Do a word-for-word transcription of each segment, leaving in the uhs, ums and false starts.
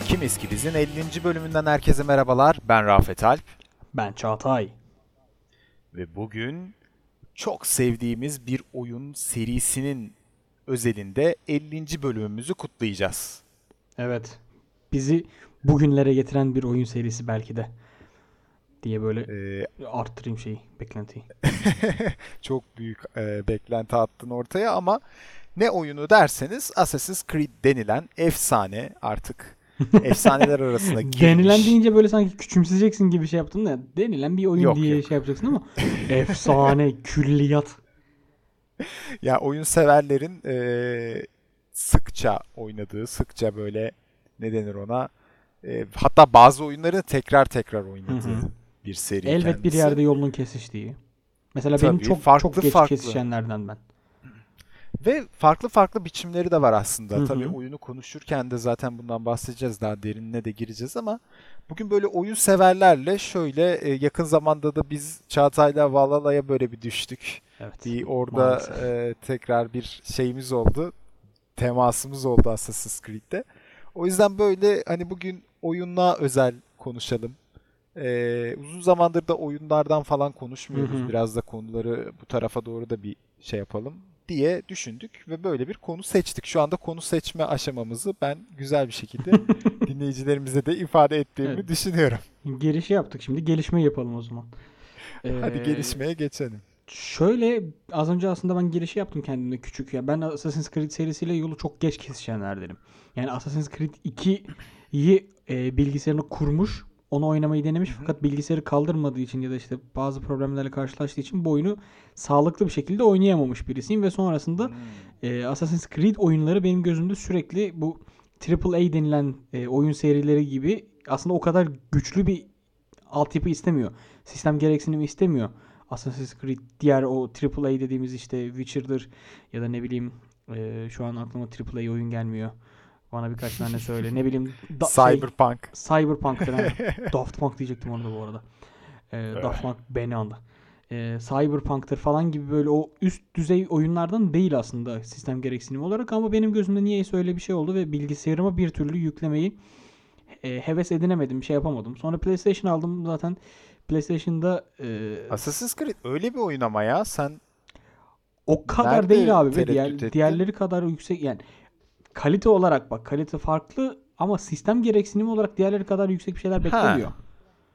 Kimiz ki bizin ellinci bölümünden herkese merhabalar. Ben Rafet Alp. Ben Çağatay. Ve bugün çok sevdiğimiz bir oyun serisinin özelinde ellinci bölümümüzü kutlayacağız. Evet. Bizi bugünlere getiren bir oyun serisi belki de. Diye böyle Ee, arttırayım şeyi, beklentiyi. çok büyük e, beklenti attın ortaya ama ne oyunu derseniz Assassin's Creed denilen efsane artık efsaneler arasına girmiş. Denilen deyince böyle sanki küçümseyeceksin gibi şey yaptın da denilen bir oyun Yok, diye yok. şey yapacaksın ama efsane, külliyat. Ya oyun severlerin e, sıkça oynadığı, sıkça böyle ne denir ona? E, hatta bazı oyunları tekrar tekrar oynadığı Hı hı. bir seri Elbet bir kendisi. yerde yolunun kesiştiği. Mesela benim Tabii çok farklı çok geç farklı kesişenlerden ben. ve farklı farklı biçimleri de var aslında. Hı Tabii hı. oyunu konuşurken de zaten bundan bahsedeceğiz, daha derinine de gireceğiz ama bugün böyle oyun severlerle şöyle e, yakın zamanda da biz Çağatay'la Valhalla'ya böyle bir düştük. Evet. Bir orada Maalesef. e, tekrar bir şeyimiz oldu. Temasımız oldu Assassin's Creed'de. O yüzden böyle hani bugün oyunla özel konuşalım. Ee, uzun zamandır da oyunlardan falan Hı konuşmuyoruz. hı. Biraz da konuları bu tarafa doğru da bir şey yapalım diye düşündük ve böyle bir konu seçtik. Şu anda konu seçme aşamamızı ben güzel bir şekilde dinleyicilerimize de ifade Evet. ettiğimi düşünüyorum. Girişi yaptık, şimdi gelişmeyi yapalım o zaman. Hadi Ee, gelişmeye geçelim. Şöyle az önce aslında ben girişi yaptım kendimde küçük ya. Ben Assassin's Creed serisiyle yolu çok geç kesişenlerdenim. Yani Assassin's Creed ikiyi e, bilgisayarını kurmuş, onu oynamayı denemiş Hı hı. fakat bilgisayarı kaldırmadığı için ya da işte bazı problemlerle karşılaştığı için bu oyunu sağlıklı bir şekilde oynayamamış birisiyim ve sonrasında Hmm. e, Assassin's Creed oyunları benim gözümde sürekli bu Triple A denilen e, oyun serileri gibi aslında o kadar güçlü bir altyapı istemiyor. Sistem gereksinimi istemiyor. Assassin's Creed diğer o Triple A dediğimiz işte Witcher'dır ya da ne bileyim e, şu an aklıma Triple A oyun gelmiyor. Bana birkaç tane söyle. Ne bileyim da, şey Cyberpunk. Cyberpunk'tır ha. Daft Punk diyecektim orada bu arada. E, Daft Eh, Punk beni andı. E, Cyberpunk'tır falan gibi böyle o üst düzey oyunlardan değil aslında sistem gereksinimi olarak ama benim gözümde niyeyse öyle bir şey oldu ve bilgisayarıma bir türlü yüklemeyi e, heves edinemedim, bir şey yapamadım. Sonra PlayStation aldım zaten. PlayStation'da e, Assassin's Creed öyle bir oyun ama ya sen o kadar değil nerede abi ve tereddüt diğer ettin? diğerleri kadar yüksek yani kalite olarak bak, kalite farklı ama sistem gereksinimi olarak diğerleri kadar yüksek bir şeyler beklemiyor. Ha,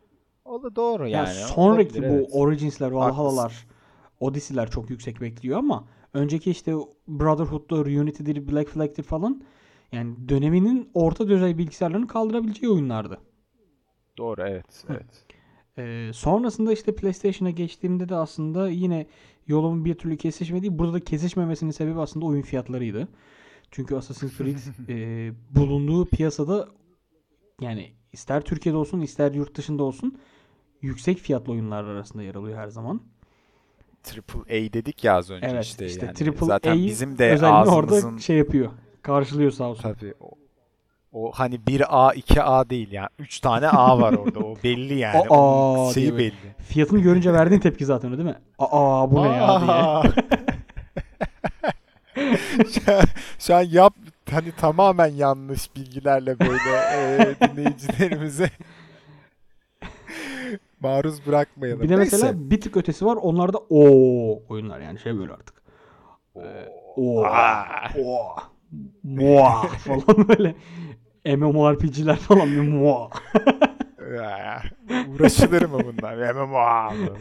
o da doğru Yani yani. Olabilir, sonraki bu evet. Origins'ler, Haklısın. Valhalla'lar, Odyssey'ler çok yüksek bekliyor ama önceki işte Brotherhood'dur, Unity'dir, Black Flag'tir falan yani döneminin orta düzey bilgisayarlarını kaldırabileceği oyunlardı. Doğru, evet, Hı. evet. Ee, sonrasında işte PlayStation'a geçtiğimde de aslında yine yolumun bir türlü kesişmediği, burada da kesişmemesinin sebebi aslında oyun fiyatlarıydı. Çünkü Assassin's Creed e, bulunduğu piyasada yani ister Türkiye'de olsun ister yurt dışında olsun yüksek fiyatlı oyunlar arasında yer alıyor her zaman. Triple A dedik ya az önce Evet, işte işte yani Triple zaten A bizim de özelliğini orada ağzımızın şey yapıyor. Karşılıyor sağ olsun. tabii o, o hani bir A iki A değil yani üç tane A var orada, o belli yani, onun Aa diye şeyi böyle. belli. Fiyatını görünce verdiğin tepki zaten o değil mi? Aa bu ne ya diye. Aa! şu, an, şu an yap hani tamamen yanlış bilgilerle böyle e, dinleyicilerimize maruz Bir bırakmayalım. de Neyse. mesela bir tık ötesi var. Onlar da o oyunlar yani şey böyle artık. Ee, Oo, oha, aa. oha, muah falan böyle MMORPG'ler falan bir muah. Aa, uğraşılır mı bunlar? M M O mı?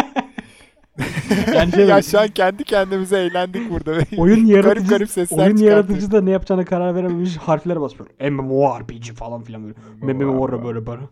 Yani şey Ya böyle şu an kendi kendimize eğlendik burada. oyun Garip yaratıcı garip sesler oyun çıkartıyoruz. yaratıcı da ne yapacağına karar verememiş harflere basıyor. MMORPG falan filan böyle. MMOR böyle böyle.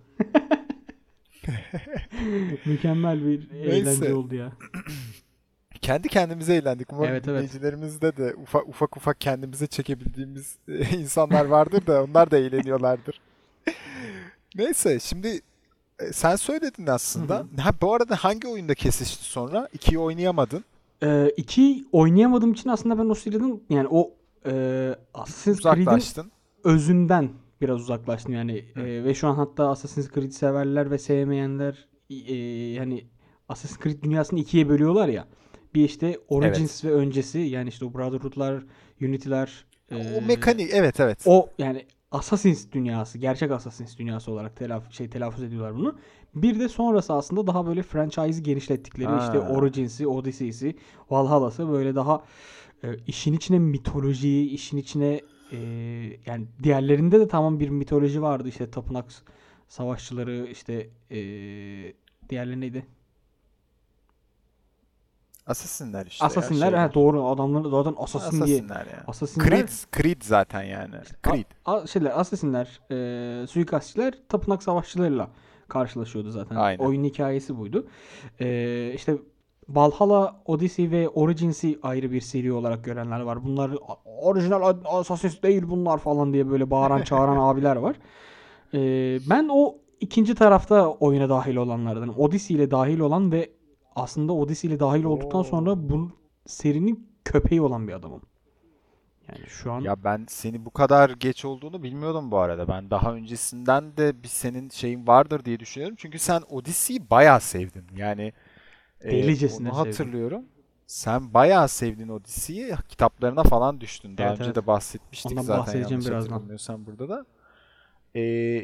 Mükemmel bir eğlence Neyse. oldu ya. Kendi kendimize eğlendik. Umarım Evet evet. dinleyicilerimizde de ufak ufak, ufak kendimize çekebildiğimiz e, insanlar vardır da onlar da eğleniyorlardır. Neyse şimdi e, sen söyledin Hı aslında. hı. Ha, bu arada hangi oyunda kesişti sonra? İkiyi oynayamadın. Ee, iki oynayamadığım için aslında ben o serinin yani o e, Assassin's Creed'in Uzaklaştın. özünden biraz uzaklaştım yani. Hı. E, ve şu an hatta Assassin's Creed severler ve sevmeyenler e, hani Assassin's Creed dünyasını ikiye bölüyorlar ya. Bir işte Evet. Origins ve öncesi yani işte o Brotherhood'lar, Unity'ler, e, O mekanik, evet, evet. o yani Assassin's dünyası, gerçek Assassin's dünyası olarak telaf şey telaffuz ediyorlar bunu. Bir de sonrası aslında daha böyle franchise'ı genişlettikleri işte Ha. Origins'i, Odyssey'si, Valhalla'sı böyle daha e, işin içine mitolojiyi, işin içine e, yani diğerlerinde de tamam bir mitoloji vardı işte tapınak savaşçıları işte e, diğerleri neydi? Assassin'ler işte ya Assassin'ler, şeyler. ha doğru adamları zaten Assassin diye. Assassin'ler ya. Assassin'ler Creed, Creed zaten yani. A- Creed. a- şeyler, Assassin'ler, e, suikastçiler tapınak savaşçılarıyla karşılaşıyordu zaten. Aynen. Oyunun hikayesi buydu. E, işte Valhalla, Odyssey ve Origins'i ayrı bir seri olarak görenler var. Bunlar "A- orijinal Assassin değil bunlar" falan diye böyle bağıran çağıran abiler var. E, ben o ikinci tarafta oyuna dahil olanlardanım. Odyssey ile dahil olan ve aslında Odyssey ile dahil olduktan Oo. sonra bu serinin köpeği olan bir adamım. Yani şu an Ya ben seni bu kadar geç olduğunu bilmiyordum bu arada. Ben daha öncesinden de bir senin şeyin vardır diye düşünüyorum. Çünkü sen Odyssey'i bayağı sevdin. Yani e, delicesine onu sevdim. hatırlıyorum. Sen bayağı sevdin Odyssey'i. Kitaplarına falan düştün. Daha Evet, önce evet. de bahsetmiştik Ondan zaten bahsedeceğim yanlış birazdan. hatırlamıyorsam burada da. E,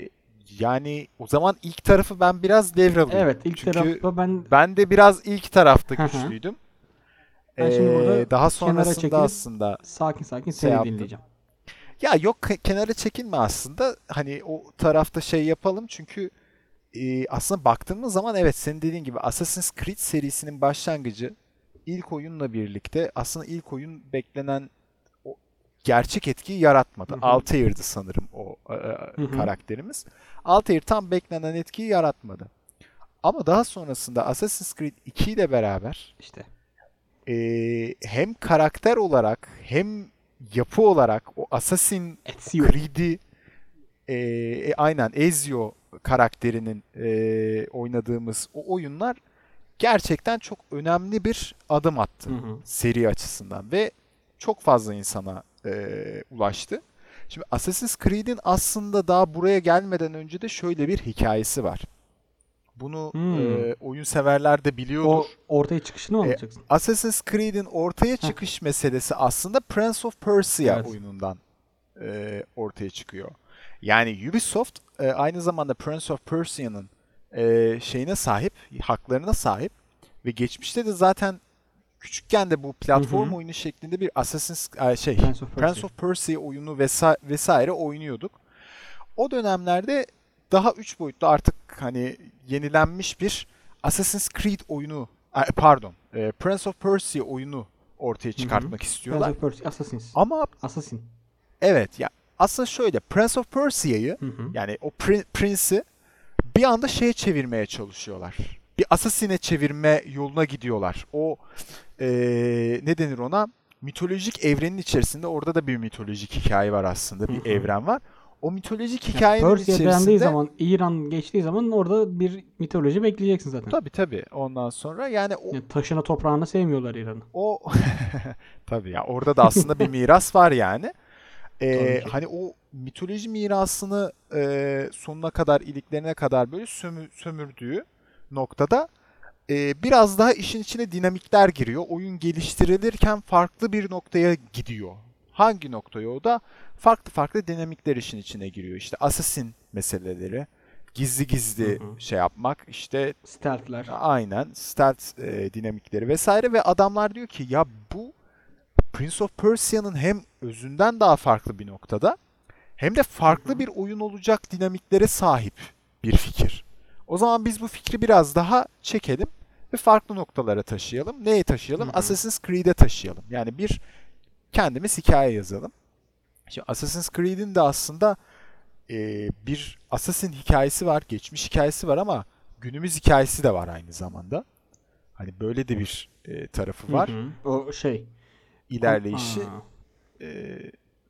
yani o zaman ilk tarafı ben biraz devralayım. Evet, ilk Çünkü tarafta ben ben de biraz ilk tarafta Hı hı. güçlüydüm. ben şimdi burada E, daha kenara sonrasında çekilip aslında sakin sakin şey seni yaptım. dinleyeceğim. Ya yok ke- kenara çekinme aslında. Hani o tarafta şey yapalım çünkü e, aslında baktığımız zaman evet senin dediğin gibi Assassin's Creed serisinin başlangıcı ilk oyunla birlikte aslında ilk oyun beklenen o gerçek etkiyi yaratmadı. Hı hı. Altair'di sanırım o e, Hı hı. karakterimiz. Altair tam beklenen etkiyi yaratmadı. Ama daha sonrasında Assassin's Creed iki ile beraber İşte. e, hem karakter olarak hem yapı olarak o Assassin Ezio. Creed'i e, e, aynen Ezio karakterinin e, oynadığımız o oyunlar gerçekten çok önemli bir adım attı Hı hı. seri açısından ve çok fazla insana e, ulaştı. Şimdi Assassin's Creed'in aslında daha buraya gelmeden önce de şöyle bir hikayesi var. Bunu Hmm. e, oyun severler de biliyordur. O ortaya çıkışını mı E, anlatacaksın? Assassin's Creed'in ortaya Heh. çıkış meselesi aslında Prince of Persia Evet. oyunundan e, ortaya çıkıyor. Yani Ubisoft e, aynı zamanda Prince of Persia'nın e, şeyine sahip, haklarına sahip ve geçmişte de zaten küçükken de bu Hı platform hı. oyunu şeklinde bir Assassin's e, şey Prince of Prince Persia. of Persia oyunu vesa- vesaire oynuyorduk. O dönemlerde daha üç boyutlu artık hani yenilenmiş bir Assassin's Creed oyunu e, pardon e, Prince of Persia oyunu ortaya Hı hı. çıkartmak Prince istiyorlar. of Persia. Assassin's. Ama Assassin. evet ya aslında şöyle Prince of Persia'yı Hı hı. yani o prin- Prince'i bir anda şeye çevirmeye çalışıyorlar. Bir Assassin'e çevirme yoluna gidiyorlar. O eee, ne denir ona? Mitolojik evrenin içerisinde orada da bir mitolojik hikaye var aslında. Hı Bir hı. evren var. O mitolojik Ya hikayenin Persia dendiği içerisinde zaman, İran geçtiği zaman orada bir mitoloji bekleyeceksin zaten. tabii tabii ondan sonra yani o Yani taşına toprağına sevmiyorlar İran'ı. o tabii ya orada da aslında bir miras var yani. Tabii Ee, ki. hani o mitoloji mirasını e, sonuna kadar iliklerine kadar böyle sömü- sömürdüğü noktada e, biraz daha işin içine dinamikler giriyor. Oyun geliştirilirken farklı bir noktaya gidiyor. Hangi noktaya o da? Farklı farklı dinamikler işin içine giriyor. İşte assassin meseleleri, gizli Hı gizli hı. şey yapmak, işte Stealth'ler. aynen stealth e, dinamikleri vesaire ve adamlar diyor ki ya bu Prince of Persia'nın hem özünden daha farklı bir noktada hem de Hı farklı hı. bir oyun olacak dinamiklere sahip bir fikir. O zaman biz bu fikri biraz daha çekelim ve farklı noktalara taşıyalım. Neye Hı taşıyalım? hı. Assassin's Creed'e taşıyalım. Yani bir kendimiz hikaye yazalım. Şimdi Assassin's Creed'in de aslında e, bir Assassin hikayesi var, geçmiş hikayesi var ama günümüz hikayesi de var aynı zamanda. Hani böyle de bir e, tarafı Hı var. hı. O şey. An İlerleyişi Aa. e,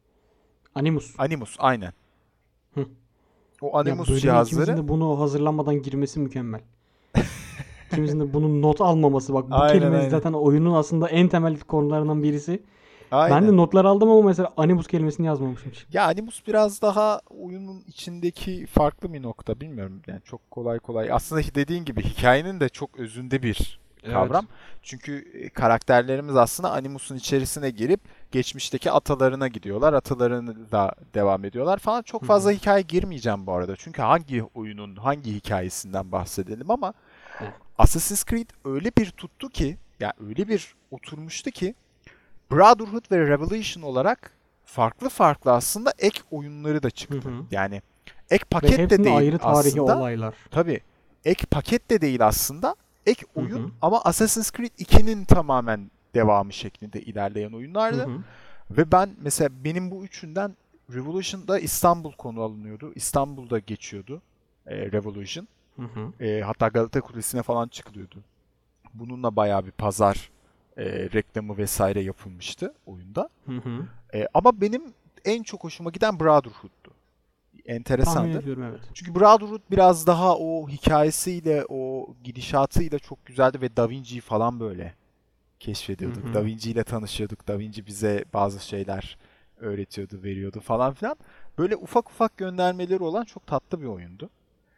Animus. Animus aynen. Hı. O Ya Animus bölüme ikimizin cihazları de bunu hazırlanmadan girmesi mükemmel. İkimizin de bunun not almaması. Bak bu aynen kelime aynen. zaten oyunun aslında en temel konularından birisi. Ben Aynen. de notlar aldım ama mesela Animus kelimesini yazmamışım hiç. Ya Animus biraz daha oyunun içindeki farklı bir nokta bilmiyorum. Yani çok kolay kolay. Aslında dediğin gibi hikayenin de çok özünde bir Evet. kavram. Çünkü e, karakterlerimiz aslında Animus'un içerisine girip geçmişteki atalarına gidiyorlar. Atalarını da devam ediyorlar falan. Çok Hı fazla hı. hikaye girmeyeceğim bu arada. Çünkü hangi oyunun hangi hikayesinden bahsedelim ama Eh. Assassin's Creed öyle bir tuttu ki, ya öyle bir oturmuştu ki Brotherhood ve Revelation olarak farklı farklı aslında ek oyunları da Hı çıktı. hı. Yani ek Ve paket de hepsinde değil ayrı tarihi aslında. olaylar. Tabii ek paket de değil aslında. Ek Hı oyun hı. ama Assassin's Creed ikinin tamamen devamı şeklinde ilerleyen Hı oyunlardı. hı. Ve ben mesela benim bu üçünden Revolution'da İstanbul konu alınıyordu. İstanbul'da geçiyordu e, Revolution. Hı hı. E, hatta Galata Kulesi'ne falan çıkılıyordu. Bununla bayağı bir pazar e, reklamı vesaire yapılmıştı oyunda. Hı hı. E, ama benim en çok hoşuma giden Brotherhood'du. Tahmin Enteresandı. ediyorum, evet. Çünkü Brotherhood biraz daha o hikayesiyle, o gidişatıyla çok güzeldi ve Da Vinci'yi falan böyle Hı keşfediyorduk. hı. Da Vinci ile tanışıyorduk. Da Vinci bize bazı şeyler öğretiyordu, veriyordu falan filan. Böyle ufak ufak göndermeleri olan çok tatlı bir oyundu.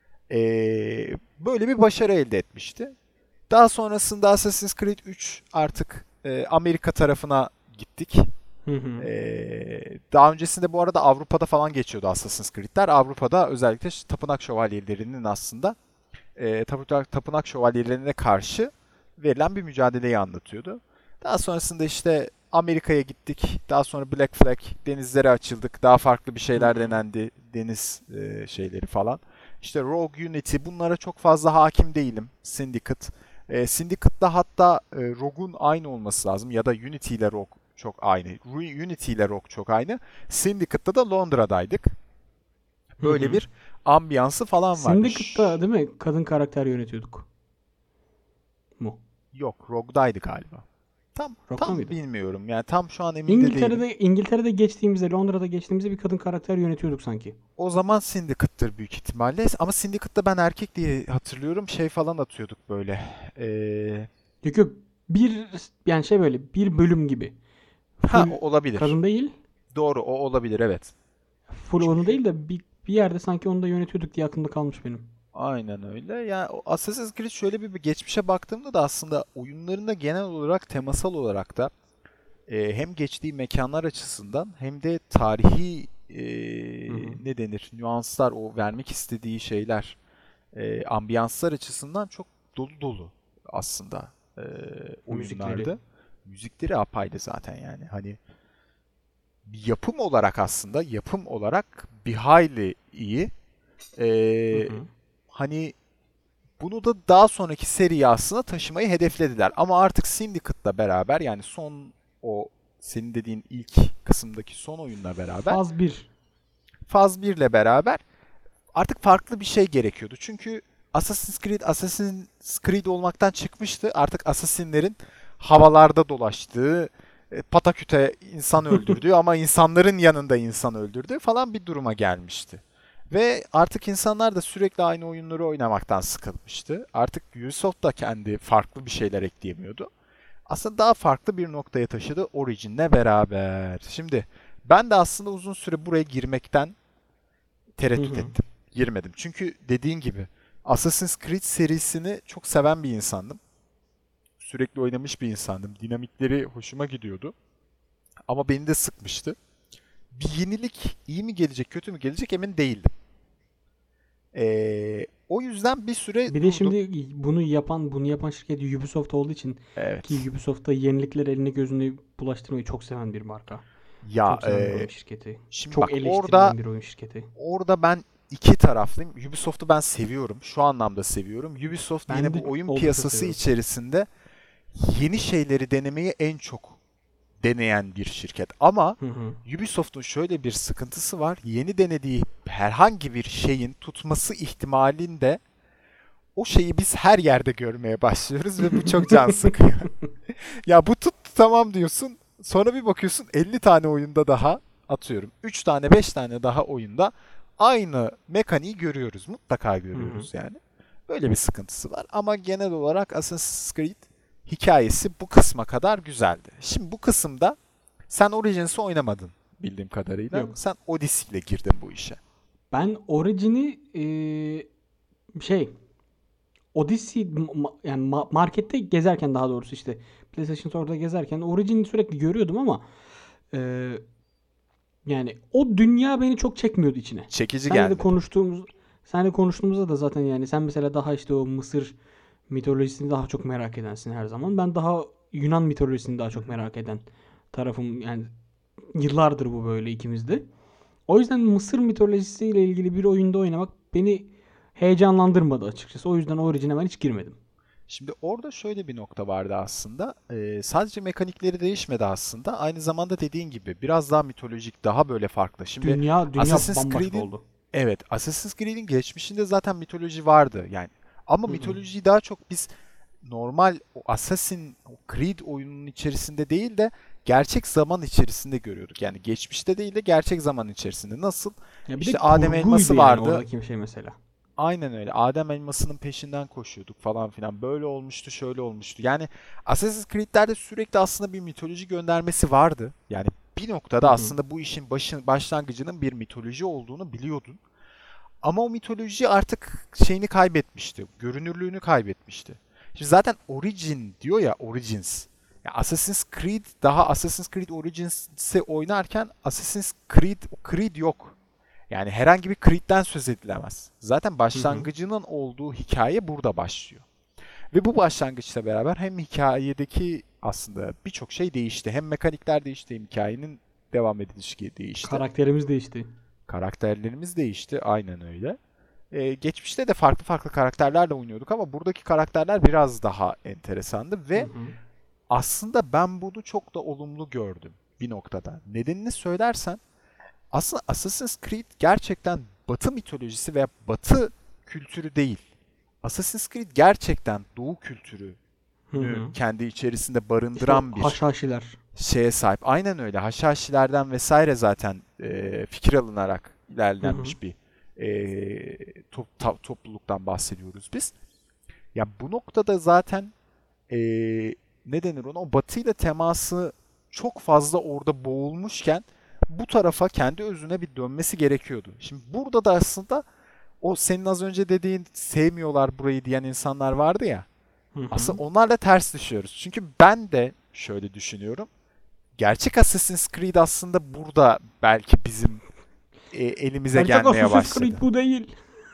Ee, böyle bir başarı elde etmişti. Daha sonrasında Assassin's Creed üç artık e, Amerika tarafına gittik. Hı hı. Ee, daha öncesinde bu arada Avrupa'da falan geçiyordu Assassin's Creed'ler. Avrupa'da özellikle ş- tapınak şövalyelerinin aslında e, tapınak, tapınak şövalyelerine karşı verilen bir mücadeleyi anlatıyordu. Daha sonrasında işte Amerika'ya gittik. Daha sonra Black Flag, denizlere açıldık. Daha farklı bir Hı şeyler hı. denendi. Deniz e, şeyleri falan. İşte Rogue Unity, bunlara çok fazla hakim değilim. Syndicate. E, Syndicate'da hatta e, Rogue'un aynı olması lazım. Ya da Unity ile Rogue çok aynı. Ru- Unity ile Rogue çok aynı. Syndicate'da da Londra'daydık. Hı Böyle hı. bir ambiyansı falan vardı. Syndicate'da Şş, değil mi? Kadın karakter yönetiyorduk. Mu? yok, Rogue'daydı galiba. Tam Rock'ta tam mıydı? bilmiyorum. Yani tam şu an emin de değilim. İngiltere'de İngiltere'de geçtiğimizde, Londra'da geçtiğimizde bir kadın karakter yönetiyorduk sanki. O zaman Syndicate'tır büyük ihtimalle. Ama Syndicate'da ben erkek diye hatırlıyorum. Şey falan atıyorduk böyle. Ee, Yok yok, bir yani şey, böyle bir bölüm gibi. ha Full o olabilir. kadın değil. Doğru, o olabilir, evet. Full onu Çünkü değil de bir, bir yerde sanki onu da yönetiyorduk diye aklımda kalmış benim. aynen öyle. Yani o Assassin's Creed şöyle bir, bir geçmişe baktığımda da aslında oyunlarında genel olarak temasal olarak da e, hem geçtiği mekanlar açısından hem de tarihi e, Hı hı. ne denir nüanslar, o vermek istediği şeyler, e, ambiyanslar açısından çok dolu dolu aslında e, Müzikleri. oyunlardı. Müzikleri apayrı zaten yani. Hani bir yapım olarak, aslında yapım olarak bir hayli iyi. Hı E, hı. hani bunu da daha sonraki seriye aslında taşımayı hedeflediler. Ama artık Syndicate'la beraber, yani son, o senin dediğin ilk kısımdaki son oyunla beraber, Faz bir. Faz bir ile beraber artık farklı bir şey gerekiyordu. Çünkü Assassin's Creed Assassin's Creed olmaktan çıkmıştı. Artık Assassin'lerin havalarda dolaştığı, e, pataküte insan öldürdüğü ama insanların yanında insan öldürdüğü falan bir duruma gelmişti. Ve artık insanlar da sürekli aynı oyunları oynamaktan sıkılmıştı. Artık Ubisoft da kendi farklı bir şeyler ekleyemiyordu. Aslında daha farklı bir noktaya taşıdı Origin'le beraber. Şimdi ben de aslında uzun süre buraya girmekten Hı tereddüt hı. ettim. Girmedim. Çünkü dediğin gibi Assassin's Creed serisini çok seven bir insandım. Sürekli oynamış bir insandım. Dinamikleri hoşuma gidiyordu. Ama beni de sıkmıştı. Bir yenilik iyi mi gelecek, kötü mü gelecek emin değildim. Ee, o yüzden bir süre Bir de durdum. şimdi bunu yapan bunu yapan şirket Ubisoft olduğu için, Evet. ki Ubisoft da yenilikler eline gözüne bulaştırmayı çok seven bir marka. Ya Çok seven bir e, oyun şirketi. şimdi bak, Çok orada eleştirilen bir oyun şirketi. orada ben iki taraflıyım. Ubisoft'u ben seviyorum. Şu anlamda seviyorum. Ubisoft yine Ben de bu oyun oldukça piyasası seviyorum. içerisinde yeni şeyleri denemeyi en çok deneyen bir şirket. Ama Hı hı. Ubisoft'un şöyle bir sıkıntısı var. Yeni denediği herhangi bir şeyin tutması ihtimalinde o şeyi biz her yerde görmeye başlıyoruz ve bu çok can sıkıyor. Ya bu tuttu tamam diyorsun. Sonra bir bakıyorsun elli tane oyunda daha, atıyorum üç tane beş tane daha oyunda aynı mekaniği görüyoruz. Mutlaka Hı hı. görüyoruz yani. Böyle bir sıkıntısı var. Ama genel olarak Assassin's Creed hikayesi bu kısma kadar güzeldi. Şimdi bu kısımda sen Origins'i oynamadın bildiğim kadarıyla. Yok. Sen Odyssey ile girdin bu işe. Ben Origin'i eee, şey Odyssey ma- yani ma- markette gezerken, daha doğrusu işte PlayStation Store'da gezerken Origin'i sürekli görüyordum ama e, yani o dünya beni çok çekmiyordu içine. Çekici Senle de gelmedi. konuştuğumuz senle konuştuğumuzda da zaten, yani sen mesela daha işte o Mısır mitolojisini daha çok merak edensin her zaman. Ben daha Yunan mitolojisini daha Hı çok hı. merak eden tarafım, yani yıllardır bu böyle ikimizde. O yüzden Mısır mitolojisiyle ilgili bir oyunda oynamak beni heyecanlandırmadı açıkçası. O yüzden Origin'e ben hiç girmedim. Şimdi orada şöyle bir nokta vardı aslında. Ee, sadece mekanikleri değişmedi aslında. Aynı zamanda dediğin gibi biraz daha mitolojik, daha böyle farklı. Şimdi Dünya dünya Assassin's bambaşka Creed'in oldu. evet, Assassin's Creed'in geçmişinde zaten mitoloji vardı yani. Ama Hı hı. mitolojiyi daha çok biz normal o Assassin o Creed oyununun içerisinde değil de gerçek zaman içerisinde görüyorduk. Yani geçmişte değil de gerçek zaman içerisinde. Nasıl? Ya bir İşte de Adem kurguydu elması yani vardı. oradaki bir şey mesela. Aynen öyle. Adem elmasının peşinden koşuyorduk falan filan. Böyle olmuştu, şöyle olmuştu. Yani Assassin's Creed'lerde sürekli aslında bir mitoloji göndermesi vardı. Yani bir Hı noktada hı. aslında bu işin başın, başlangıcının bir mitoloji olduğunu biliyordun. Ama o mitoloji artık şeyini kaybetmişti. Görünürlüğünü kaybetmişti. Şimdi zaten Origin diyor ya, Origins. Ya Assassin's Creed daha Assassin's Creed Origins'i oynarken Assassin's Creed Creed yok. Yani herhangi bir Creed'den söz edilemez. Zaten Hı hı. başlangıcının olduğu hikaye burada başlıyor. Ve bu başlangıçla beraber hem hikayedeki aslında birçok şey değişti. Hem mekanikler değişti, hem hikayenin devam edilişi değişti. Karakterimiz değişti. Karakterlerimiz değişti, aynen öyle. Ee, geçmişte de farklı farklı karakterlerle oynuyorduk ama buradaki karakterler biraz daha enteresandı Hı ve hı. aslında ben bunu çok da olumlu gördüm bir noktada. Nedenini söylersen aslında Assassin's Creed gerçekten Batı mitolojisi veya Batı kültürü değil. Assassin's Creed gerçekten Doğu kültürünü Hı hı. kendi içerisinde İşte o barındıran bir haşhaşiler. şeye sahip. Aynen öyle. Haşhaşilerden vesaire zaten e, fikir alınarak Hı hı. ilerlenmiş bir e, top- ta- topluluktan bahsediyoruz biz. Ya bu noktada zaten e, ne denir ona? O batıyla teması çok fazla orada boğulmuşken bu tarafa kendi özüne bir dönmesi gerekiyordu. Şimdi burada da aslında o senin az önce dediğin sevmiyorlar burayı diyen insanlar vardı ya. Hı Aslında hı. onlarla ters düşüyoruz. Çünkü ben de şöyle düşünüyorum. Gerçek Assassin's Creed aslında burada belki bizim e, elimize Gerçek gelmeye Assassin's başladı. Creed bu değil.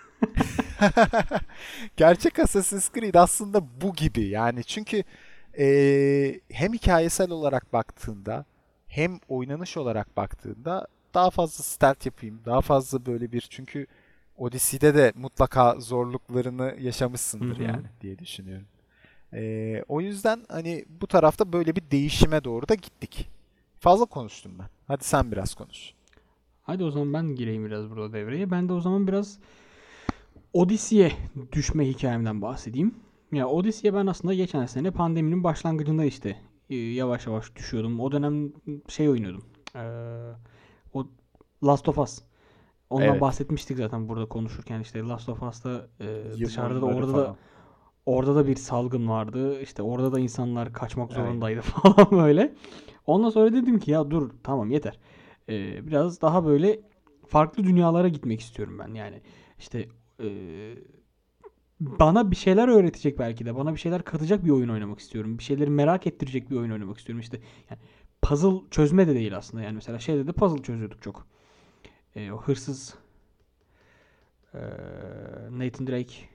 Gerçek Assassin's Creed aslında bu gibi. Yani çünkü e, hem hikayesel olarak baktığında hem oynanış olarak baktığında daha fazla stealth yapayım. Daha fazla böyle bir çünkü Odyssey'de de mutlaka zorluklarını Hı yaşamışsındır hı. yani diye düşünüyorum. E, o yüzden hani bu tarafta böyle bir değişime doğru da gittik. Fazla konuştum ben. Hadi sen biraz konuş. Hadi o zaman ben gireyim biraz burada devreye. Ben de o zaman biraz Odyssey'e düşme hikayemden bahsedeyim. Ya Odyssey'e ben aslında geçen sene pandeminin başlangıcında işte e, yavaş yavaş düşüyordum. O dönem şey oynuyordum. Ee, o Last of Us. Ondan Evet. bahsetmiştik zaten burada konuşurken, işte Last of Us'ta e, Yılın dışarıda da oyunları orada da falan. orada da bir salgın vardı. İşte orada da insanlar kaçmak Aynen. zorundaydı falan böyle. Ondan sonra dedim ki ya dur tamam yeter. Ee, biraz daha böyle farklı dünyalara gitmek istiyorum ben. Yani işte e, bana bir şeyler öğretecek, belki de bana bir şeyler katacak bir oyun oynamak istiyorum. Bir şeyleri merak ettirecek bir oyun oynamak istiyorum. İşte yani puzzle çözme de değil aslında. Yani mesela şeyde de puzzle çözüyorduk çok. Ee, o hırsız e, Nathan Drake.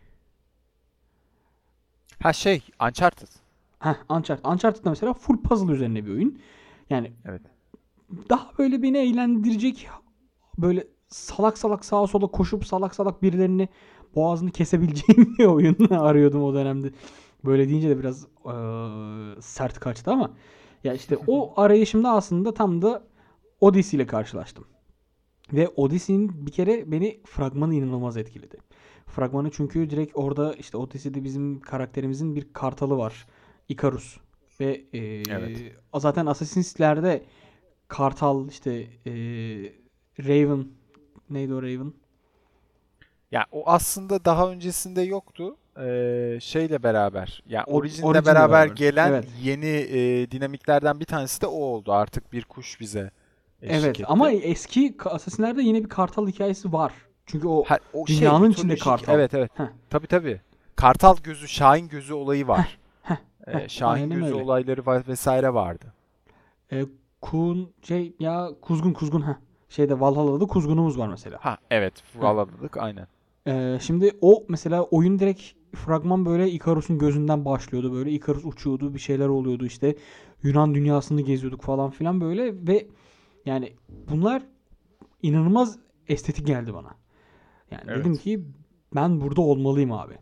Ha şey, Uncharted. Heh, Uncharted. Uncharted'da mesela full puzzle üzerine bir oyun. Yani Evet. daha böyle beni eğlendirecek, böyle salak salak sağa sola koşup salak salak birilerini boğazını kesebileceğim bir oyun arıyordum o dönemde. Böyle deyince de biraz eee, sert kaçtı ama ya işte o arayışımda aslında tam da Odyssey ile karşılaştım. Ve Odyssey'nin bir kere beni fragmanı inanılmaz etkiledi. Fragmanı çünkü direkt orada işte Odyssey'de bizim karakterimizin bir kartalı var. Icarus. Ve Evet. eee, zaten Assassin's'lerde Kartal işte eee, Raven, neydi o Raven? Ya o aslında daha öncesinde yoktu. Ee, şeyle beraber, ya O, Origin'le Origin'le beraber beraber. gelen Evet. yeni e, dinamiklerden bir tanesi de o oldu. Artık bir kuş bize eşlik Evet ama etti. eski Assassin'lerde yine bir kartal hikayesi var. Çünkü o Ha, o şey dünyanın içinde mitolojik. kartal. Evet, evet. Heh. Tabii tabii. Kartal gözü, Şahin gözü olayı var. Heh, heh, E, Şahin aynen gözü öyle. olayları va- vesaire vardı. E, kun şey ya kuzgun kuzgun ha. Şeyde Valhalla'da da kuzgunumuz var mesela. Ha evet, Heh. Valhalla'dık aynen. E, şimdi o mesela oyun direkt fragman böyle Ikarus'un gözünden başlıyordu böyle. Ikarus uçuyordu, bir şeyler oluyordu işte. Yunan dünyasını geziyorduk falan filan böyle ve yani bunlar inanılmaz estetik geldi bana. Yani dedim Evet. ki ben burada olmalıyım abi.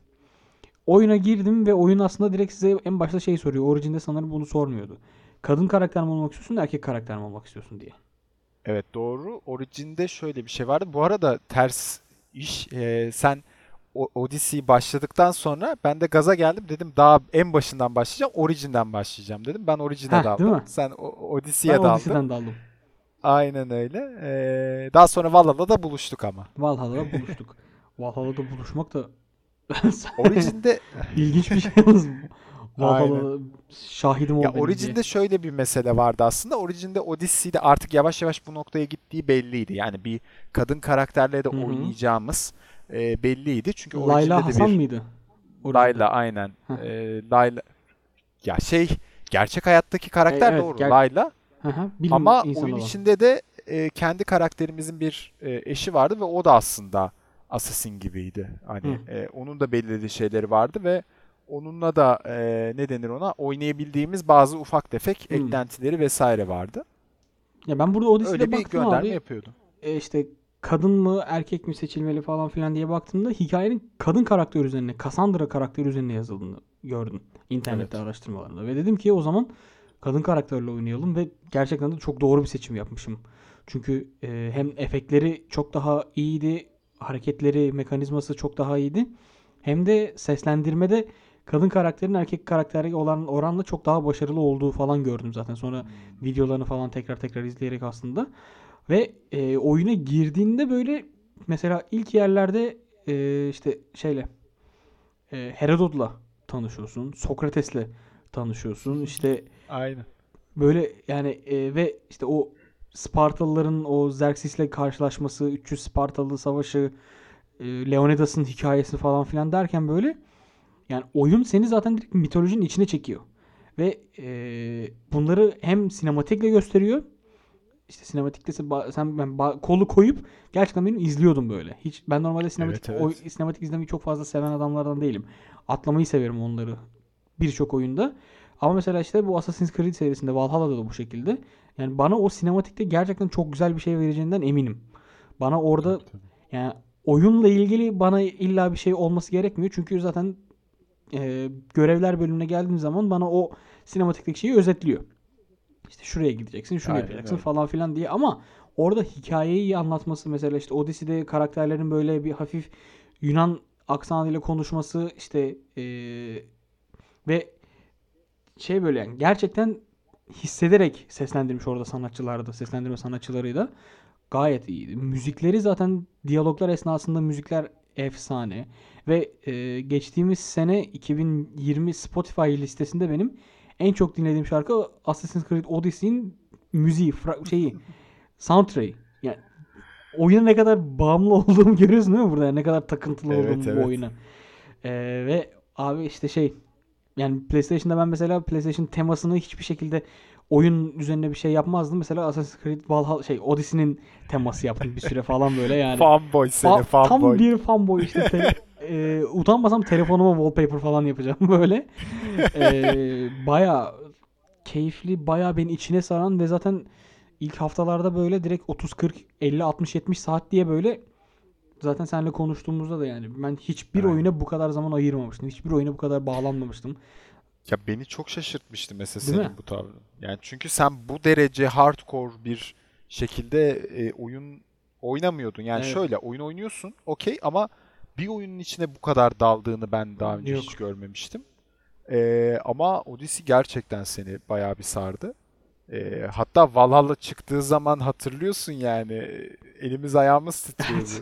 Oyuna girdim ve oyun aslında direkt size en başta şey soruyor. Origin'de sanırım bunu sormuyordu. Kadın karakter mi olmak istiyorsun, erkek karakter mi olmak istiyorsun diye. Evet doğru. Origin'de şöyle bir şey vardı. Bu arada ters iş. Ee, sen o Odyssey başladıktan sonra ben de gaza geldim. Dedim daha en başından başlayacağım. Origin'den başlayacağım dedim. Ben Origin'e Heh, değil daldım. mi? Sen o- Ben Odyssey'e daldın. Odyssey'den daldım. Aynen öyle. Ee, daha sonra Valhalla'da buluştuk ama. Valhalla'da buluştuk. Valhalla'da buluşmak da Origin'de ilginç bir şey yalnız. aynen. Valhalla'da şahidim Ya ol benim diye. Origin'de şöyle bir mesele vardı aslında. Origin'de Odyssey'de artık yavaş yavaş bu noktaya gittiği belliydi. Yani bir kadın karakterle de Hı hı. oynayacağımız e, belliydi. Çünkü Layla Origin'de de Hasan bir mıydı? Origin'de. Layla aynen. Heh. Ee, Layla ya şey gerçek hayattaki E, karakter evet. doğru Gel. Layla Hı hı. Bilim ama insanı oyun olan. içinde de e, kendi karakterimizin bir e, eşi vardı ve o da aslında assassin gibiydi. Hı. Hani e, onun da belirli şeyleri vardı ve onunla da e, ne denir ona oynayabildiğimiz bazı ufak tefek Hı. eklentileri vesaire vardı. Ya ben burada Odyssey'de Öyle bir baktım gönderme abi. yapıyordu. E, işte kadın mı erkek mi seçilmeli falan filan diye baktığımda hikayenin kadın karakter üzerine, Cassandra karakteri üzerine yazıldığını gördüm internette Evet. araştırmalarında. Ve dedim ki o zaman kadın karakterle oynayalım ve gerçekten de çok doğru bir seçim yapmışım. Çünkü e, hem efektleri çok daha iyiydi, hareketleri, mekanizması çok daha iyiydi. Hem de seslendirmede kadın karakterin erkek karaktere olan oranla çok daha başarılı olduğu falan gördüm zaten. Sonra Hmm. videolarını falan tekrar tekrar izleyerek aslında. Ve e, oyuna girdiğinde böyle mesela ilk yerlerde e, işte şeyle e, Herodot'la tanışıyorsun. Sokrates'le tanışıyorsun. İşte Aynen. böyle yani e, ve işte o Spartalıların o Xerxes'le karşılaşması, üç yüz Spartalı savaşı, e, Leonidas'ın hikayesi falan filan derken böyle yani oyun seni zaten direkt mitolojinin içine çekiyor. Ve e, bunları hem sinematikle gösteriyor. İşte sinematikte sen, ba- sen ben ba- kolu koyup gerçekten benim izliyordum böyle. Hiç ben normalde sinematik Evet oy, evet. sinematik izlemeyi çok fazla seven adamlardan değilim. Atlamayı severim onları birçok oyunda. Ama mesela işte bu Assassin's Creed serisinde Valhalla'da da bu şekilde. Yani bana o sinematikte gerçekten çok güzel bir şey vereceğinden eminim. Bana orada Tabii tabii. yani oyunla ilgili bana illa bir şey olması gerekmiyor. Çünkü zaten e, görevler bölümüne geldiğim zaman bana o sinematikteki şeyi özetliyor. İşte şuraya gideceksin, şunu Aynen yapacaksın öyle. falan filan diye. Ama orada hikayeyi iyi anlatması mesela işte Odyssey'de karakterlerin böyle bir hafif Yunan aksanıyla konuşması işte eee, ve şey böyle yani gerçekten hissederek seslendirmiş orada sanatçılar da seslendirme sanatçıları da gayet iyiydi. Müzikleri zaten diyaloglar esnasında müzikler efsane ve e, geçtiğimiz sene iki bin yirmi Spotify listesinde benim en çok dinlediğim şarkı Assassin's Creed Odyssey'in müziği, fra- şeyi, soundtrack'i. Yani oyuna ne kadar bağımlı olduğumu görüyorsun değil mi burada? Yani ne kadar takıntılı Evet olduğumu bu evet. oyuna. E, ve abi işte şey yani PlayStation'da ben mesela PlayStation temasını hiçbir şekilde oyun üzerine bir şey yapmazdım. Mesela Assassin's Creed Valhalla şey Odyssey'nin teması yaptım bir süre falan böyle yani. Fanboy seni Fa- tam fanboy. bir fanboy işte tele- e, utanmasam telefonuma wallpaper falan yapacağım böyle. E, baya keyifli, baya beni içine saran ve zaten ilk haftalarda böyle direkt otuz kırk elli altmış yetmiş saat diye böyle zaten seninle konuştuğumuzda da yani ben hiçbir Aynen. oyuna bu kadar zaman ayırmamıştım. Hiçbir oyuna bu kadar bağlanmamıştım. Ya beni çok şaşırtmıştı mesela Değil mi? senin bu tavrın. Yani çünkü sen bu derece hardcore bir şekilde e, oyun oynamıyordun. Yani Evet. şöyle oyun oynuyorsun, okey ama bir oyunun içine bu kadar daldığını ben daha önce hiç Yok. görmemiştim. E, ama Odyssey gerçekten seni bayağı bir sardı. E, hatta Valhalla çıktığı zaman hatırlıyorsun yani e, elimiz ayağımız Evet. titriyordu.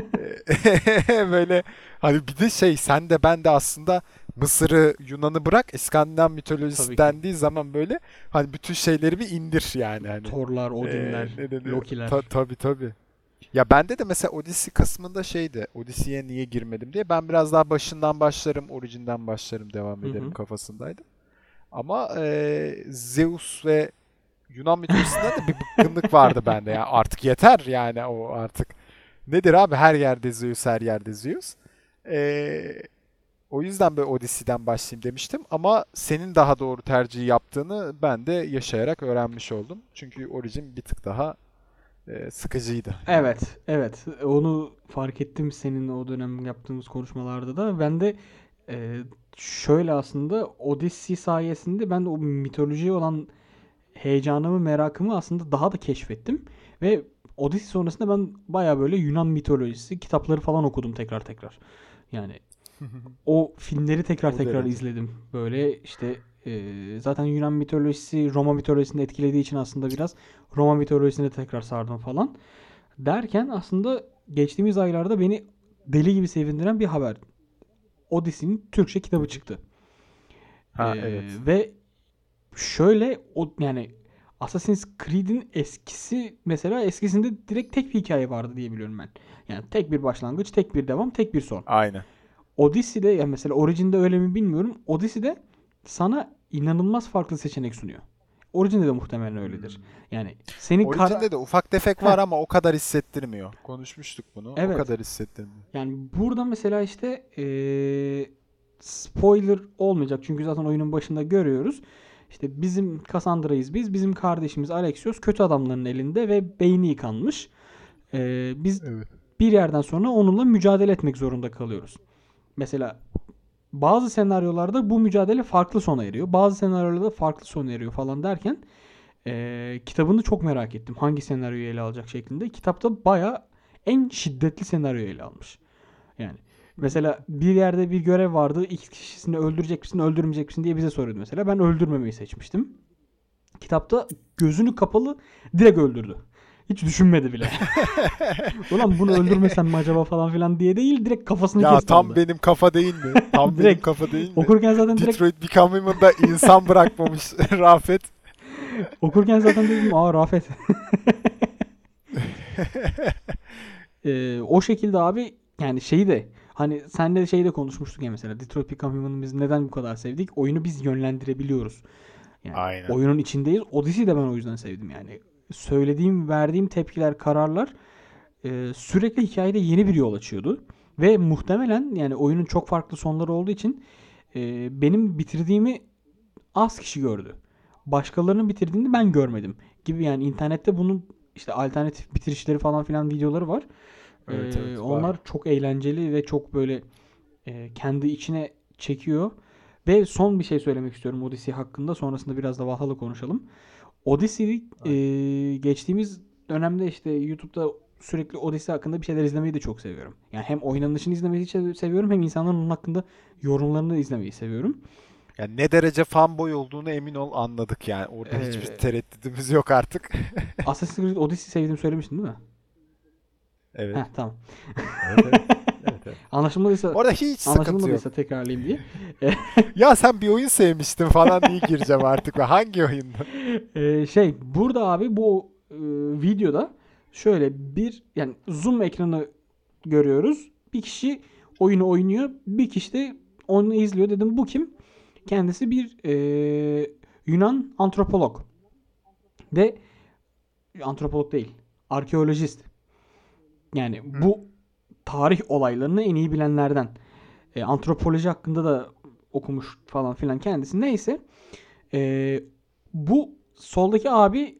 E, Böyle hani bir de şey sen de ben de aslında Mısır'ı Yunan'ı bırak İskandinav mitolojisi Tabii ki. dendiği zaman böyle hani bütün şeyleri bir indir yani hani. Thor'lar, E, Odin'ler, ne denir? Loki'ler. Ta, tabii tabii. Ya bende de mesela Odyssey kısmında şeydi. Odyssey'e niye girmedim diye. Ben biraz daha başından başlarım, orijinden başlarım, devam Hı ederim hı. kafasındaydım. Ama eee, Zeus ve Yunan mitolojisinden de bir bıkkınlık vardı bende ya. Artık yeter yani, o artık. Nedir abi, her yerde Zeus, her yerde Zeus. Eee, O yüzden böyle Odyssey'den başlayayım demiştim. Ama senin daha doğru tercihi yaptığını ben de yaşayarak öğrenmiş oldum. Çünkü Origin bir tık daha eee, sıkıcıydı yani. Evet, evet. Onu fark ettim senin o dönem yaptığımız konuşmalarda da. Ben de e, şöyle aslında Odyssey sayesinde ben de o mitolojiye olan heyecanımı, merakımı aslında daha da keşfettim. Ve Odyssey sonrasında ben baya böyle Yunan mitolojisi kitapları falan okudum tekrar tekrar. Yani o filmleri tekrar O tekrar derece. izledim. Böyle işte e, zaten Yunan mitolojisi Roma mitolojisini etkilediği için aslında biraz Roma mitolojisine tekrar sardım falan. Derken aslında geçtiğimiz aylarda beni deli gibi sevindiren bir haber. Odyssey'nin Türkçe kitabı Nedir? çıktı. Ha, Ee, evet. ve şöyle o yani Assassin's Creed'in eskisi mesela eskisinde direkt tek bir hikaye vardı diye biliyorum ben. Yani tek bir başlangıç, tek bir devam, tek bir son. Aynen. Odyssey'de ya mesela Origin'de öyle mi bilmiyorum. Odyssey'de sana inanılmaz farklı seçenek sunuyor. Origin'de de muhtemelen öyledir. Hmm. Yani senin kara... Origin'de de ufak tefek Heh, var ama o kadar hissettirmiyor. Konuşmuştuk bunu. O evet. kadar hissettirmiyor. Yani burada mesela işte eee, spoiler olmayacak çünkü zaten oyunun başında görüyoruz. İşte bizim Cassandra'yız biz. Bizim kardeşimiz Alexios kötü adamların elinde ve beyni yıkanmış. Eee, biz Evet. bir yerden sonra onunla mücadele etmek zorunda kalıyoruz. Mesela bazı senaryolarda bu mücadele farklı sona eriyor. Bazı senaryolarda farklı sona eriyor falan derken eee, kitabını çok merak ettim. Hangi senaryoyu ele alacak şeklinde. Kitapta baya en şiddetli senaryoyu ele almış. Yani mesela bir yerde bir görev vardı. X kişisini öldürecek misin, öldürmeyecek misin diye bize soruyordu mesela. Ben öldürmemeyi seçmiştim. Kitapta gözünü kapalı direkt öldürdü. Hiç düşünmedi bile. Ulan bunu öldürmesem mi acaba falan filan diye değil. Direkt kafasını Ya kesti tam anda. benim kafa değil mi? Tam benim Direkt kafa değil mi? okurken zaten direkt Detroit Become Human'da insan bırakmamış Rafet. okurken zaten dedim aa Rafet. Ee, o şekilde abi yani şeyi de hani senle şeyi de konuşmuştuk ya mesela Detroit Become Human'ı biz neden bu kadar sevdik? Oyunu biz yönlendirebiliyoruz. Yani Aynen. oyunun içindeyiz. Odyssey'i de ben o yüzden sevdim yani. Söylediğim, verdiğim tepkiler, kararlar e, sürekli hikayede yeni bir yol açıyordu. Ve muhtemelen yani oyunun çok farklı sonları olduğu için e, benim bitirdiğimi az kişi gördü. Başkalarının bitirdiğini ben görmedim. Gibi yani internette bunun işte alternatif bitirişleri falan filan videoları var. Evet, E, evet, var. onlar çok eğlenceli ve çok böyle e, kendi içine çekiyor. Ve son bir şey söylemek istiyorum Odyssey hakkında. Sonrasında biraz da Valhalla konuşalım. Odyssey Aynen. e, geçtiğimiz dönemde işte YouTube'da sürekli Odyssey hakkında bir şeyler izlemeyi de çok seviyorum. Yani hem oynanışını izlemeyi çe- seviyorum hem insanların onun hakkında yorumlarını izlemeyi seviyorum. Yani ne derece fanboy olduğunu emin ol, anladık yani. Orada hiçbir E, tereddüdümüz yok artık. Assassin's Creed Odyssey sevdiğimi söylemiştin değil mi? Evet. Heh tamam. Evet, evet. Evet, evet. Anlaşılmadıysa Orada hiç sıkıntı yok. anlaşılmadıysa tekrarlayayım diye. E, Ya sen bir oyun sevmiştin falan diye gireceğim artık. Ve hangi oyundu? e, şey burada abi bu e, videoda şöyle bir yani zoom ekranı görüyoruz. Bir kişi oyunu oynuyor. Bir kişi de onu izliyor. Dedim bu kim? Kendisi bir e, Yunan antropolog. Ve antropolog değil. Arkeolojist. Yani Hı. bu tarih olaylarını en iyi bilenlerden. E, antropoloji hakkında da okumuş falan filan kendisi. Neyse. E, bu soldaki abi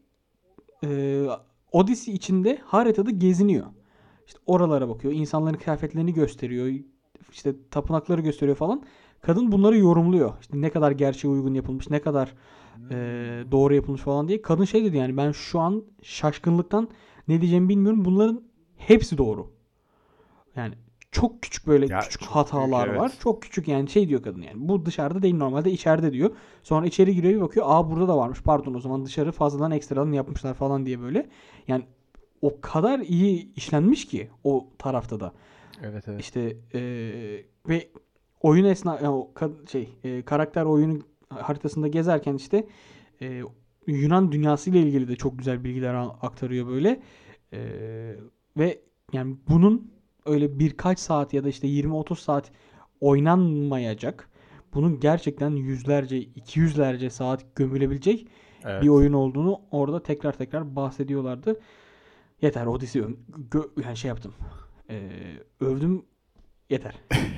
e, Odyssey içinde haritada geziniyor. İşte oralara bakıyor. İnsanların kıyafetlerini gösteriyor. İşte tapınakları gösteriyor falan. Kadın bunları yorumluyor. İşte ne kadar gerçeğe uygun yapılmış, ne kadar e, Hmm. doğru yapılmış falan diye. Kadın şey dedi yani ben şu an şaşkınlıktan ne diyeceğimi bilmiyorum. Bunların hepsi doğru. Yani çok küçük böyle Ya küçük çok büyük, hatalar var. evet. Çok küçük yani şey diyor kadın yani. Bu dışarıda değil normalde içeride diyor. Sonra içeri giriyor bir bakıyor. Aa burada da varmış. Pardon o zaman dışarı fazladan ekstradan yapmışlar falan diye böyle. Yani o kadar iyi işlenmiş ki o tarafta da. Evet, evet. İşte eee, ve oyun esna yani o ka- şey eee, karakter oyunun haritasında gezerken işte eee, Yunan dünyası ile ilgili de çok güzel bilgiler a- aktarıyor böyle. Eee, ve yani bunun öyle birkaç saat ya da işte yirmi otuz saat oynanmayacak. Bunun gerçekten yüzlerce, iki yüzlerce saat gömülebilecek bir Evet. oyun olduğunu orada tekrar tekrar bahsediyorlardı. Yeter, Odyssey ö- gö- yani şey yaptım. Ee, övdüm, yeter.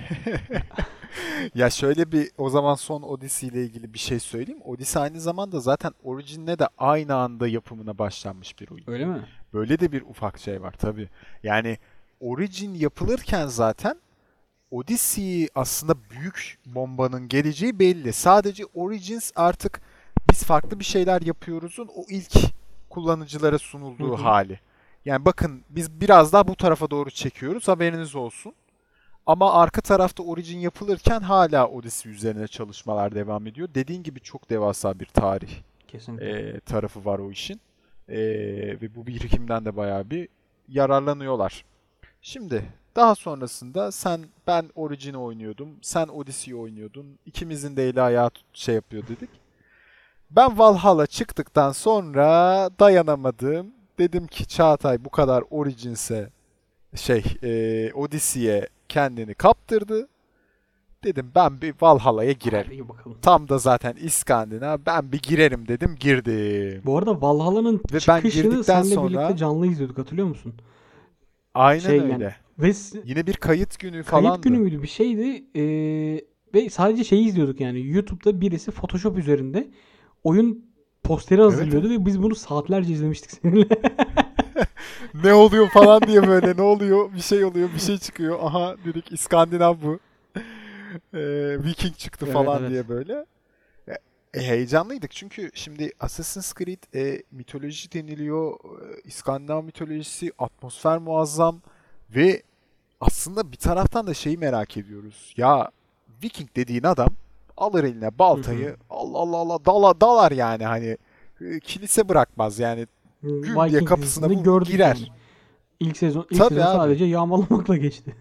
Ya şöyle bir o zaman son Odyssey ile ilgili bir şey söyleyeyim. Odyssey aynı zamanda zaten Origin'le de aynı anda yapımına başlanmış bir oyun. Öyle mi? Böyle de bir ufak şey var tabii. Yani Origin yapılırken zaten Odyssey aslında büyük bombanın geleceği belli. Sadece Origins artık biz farklı bir şeyler yapıyoruzun o ilk kullanıcılara Hı sunulduğu hı. hali. Yani bakın biz biraz daha bu tarafa doğru çekiyoruz, haberiniz olsun. Ama arka tarafta Origin yapılırken hala Odyssey üzerine çalışmalar devam ediyor. Dediğin gibi çok devasa bir tarih Kesinlikle. e, tarafı var o işin. E, ve bu birikimden de bayağı bir yararlanıyorlar. Şimdi daha sonrasında sen ben Origin'i oynuyordum. Sen Odyssey'i oynuyordun. İkimizin de eli ayağı tut- şey yapıyor dedik. Ben Valhalla çıktıktan sonra dayanamadım. Dedim ki Çağatay bu kadar Origins'e şey e, Odyssey'e kendini kaptırdı. Dedim ben bir Valhalla'ya girerim. Hadi bakalım. Tam da zaten İskandinav. Ben bir girerim dedim, girdim. Bu arada Valhalla'nın Ve ben çıkışını girdikten seninle birlikte sonra canlı izliyorduk, hatırlıyor musun? aynen Şey yani öyle. ve s- Yine bir kayıt günü kayıt günü falandı. müydü bir şeydi. Ee, ve sadece şeyi izliyorduk yani YouTube'da birisi Photoshop üzerinde oyun posteri Evet, evet. hazırlıyordu ve biz bunu saatlerce izlemiştik seninle. Ne oluyor falan diye böyle ne oluyor bir şey oluyor bir şey çıkıyor. Aha dedik İskandinav bu. Ee, Viking çıktı Evet, falan evet. diye böyle. E, heyecanlıydık çünkü şimdi Assassin's Creed e, mitoloji deniliyor. E, İskandinav mitolojisi, atmosfer muazzam ve aslında bir taraftan da şeyi merak ediyoruz. Ya Viking dediğin adam alır eline Hı hı. baltayı Allah Allah Allah dala, dalar yani hani e, kilise bırakmaz yani güm diye Viking kapısına dizisinde vurur gördük yani. girer. İlk sezon ilk Tabii sezon abi. sadece yağmalamakla geçti.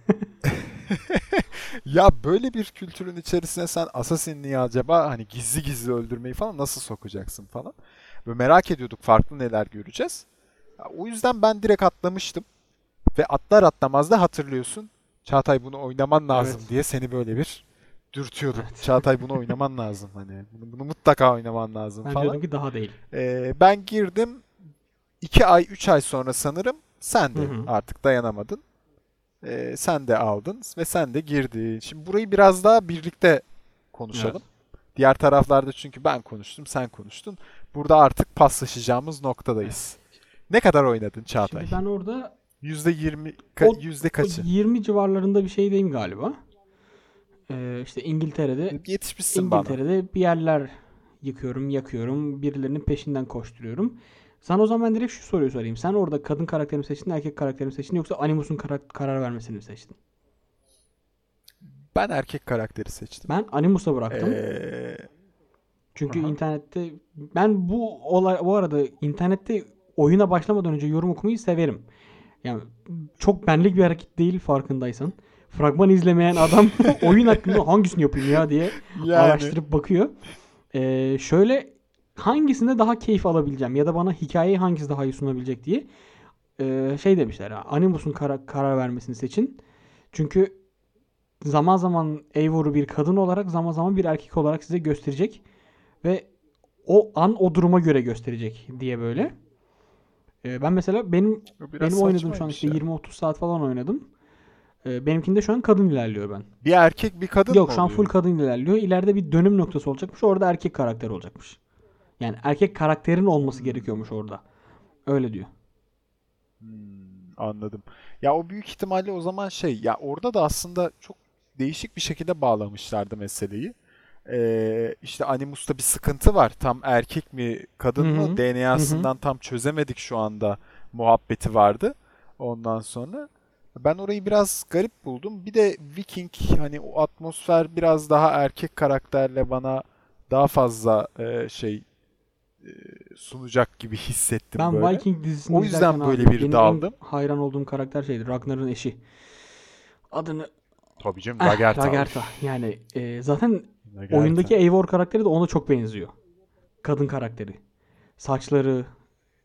Ya böyle bir kültürün içerisine sen Assassin'i acaba hani gizli gizli öldürmeyi falan nasıl sokacaksın falan. Ve merak ediyorduk farklı neler göreceğiz. Ya, o yüzden ben direkt atlamıştım. Ve atlar atlamaz da hatırlıyorsun. Çağatay bunu oynaman lazım Evet. diye seni böyle bir dürtüyordum. Evet. Çağatay bunu oynaman lazım hani. Bunu, bunu mutlaka oynaman lazım Ben falan. diyordum ki daha değil. Ee, ben girdim. iki ay, üç ay sonra sanırım sen Hı de hı. artık dayanamadın. Ee, sen de aldın ve sen de girdin. Şimdi burayı biraz daha birlikte Evet. konuşalım. Diğer taraflarda çünkü ben konuştum, sen konuştun. Burada artık paslaşacağımız Evet. noktadayız. Ne kadar oynadın Çağatay? Şimdi ben orada Yüzde yirmi, ka- o, yüzde o kaçı? yirmi civarlarında bir şeydeyim galiba. Ee, işte İngiltere'de Yetişmişsin bana. İngiltere'de bir yerler yıkıyorum, yakıyorum. Birilerinin peşinden koşturuyorum. Sana o zaman ben direkt şu soruyu sorayım. Sen orada kadın karakterini mi seçtin, erkek karakterini mi seçtin, yoksa Animus'un kara- karar vermesini mi seçtin? Ben erkek karakteri seçtim. Ben Animus'a bıraktım. Ee, Çünkü aha. internette ben bu olay bu arada internette oyuna başlamadan önce yorum okumayı severim. Yani çok benlik bir hareket değil, farkındaysan. Fragman izlemeyen adam oyun hakkında hangisini yapayım ya diye Yani araştırıp bakıyor. Ee, şöyle hangisinde daha keyif alabileceğim ya da bana hikayeyi hangisi daha iyi sunabilecek diye ee, şey demişler. Ha, Animus'un kara- karar vermesini seçin. Çünkü zaman zaman Eivor'u bir kadın olarak, zaman zaman bir erkek olarak size gösterecek ve o an o duruma göre gösterecek diye böyle. Ee, ben mesela benim bu biraz benim oynadığım şu an saçmaymış işte ya. yirmi otuz saat falan oynadım. Ee, benimkinde şu an kadın ilerliyor ben. Bir erkek bir kadın mı Yok, şu an full oluyor? kadın ilerliyor. İleride bir dönüm noktası olacakmış. Orada erkek karakter olacakmış. Yani erkek karakterin olması gerekiyormuş Hmm. orada. Öyle diyor. Hmm, anladım. Ya o büyük ihtimalle o zaman şey ya orada da aslında çok değişik bir şekilde bağlamışlardı meseleyi. Ee, işte Animus'ta bir sıkıntı var. Tam erkek mi Hı kadın mı hı. Hı hı. D N A'sından tam çözemedik şu anda muhabbeti vardı. Ondan sonra ben orayı biraz garip buldum. Bir de Viking hani o atmosfer biraz daha erkek karakterle bana daha fazla e, şey e, sunacak gibi hissettim Ben böyle. Viking dizisini O izlerken yüzden böyle abi bir benim en daldım. hayran olduğum karakter şeydi. Ragnar'ın eşi. Adını Tabii canım eh Lagertha. Lagertha. Üf, Yani e, zaten oyundaki Lagertha. Eivor karakteri de ona çok benziyor. Kadın karakteri. Saçları,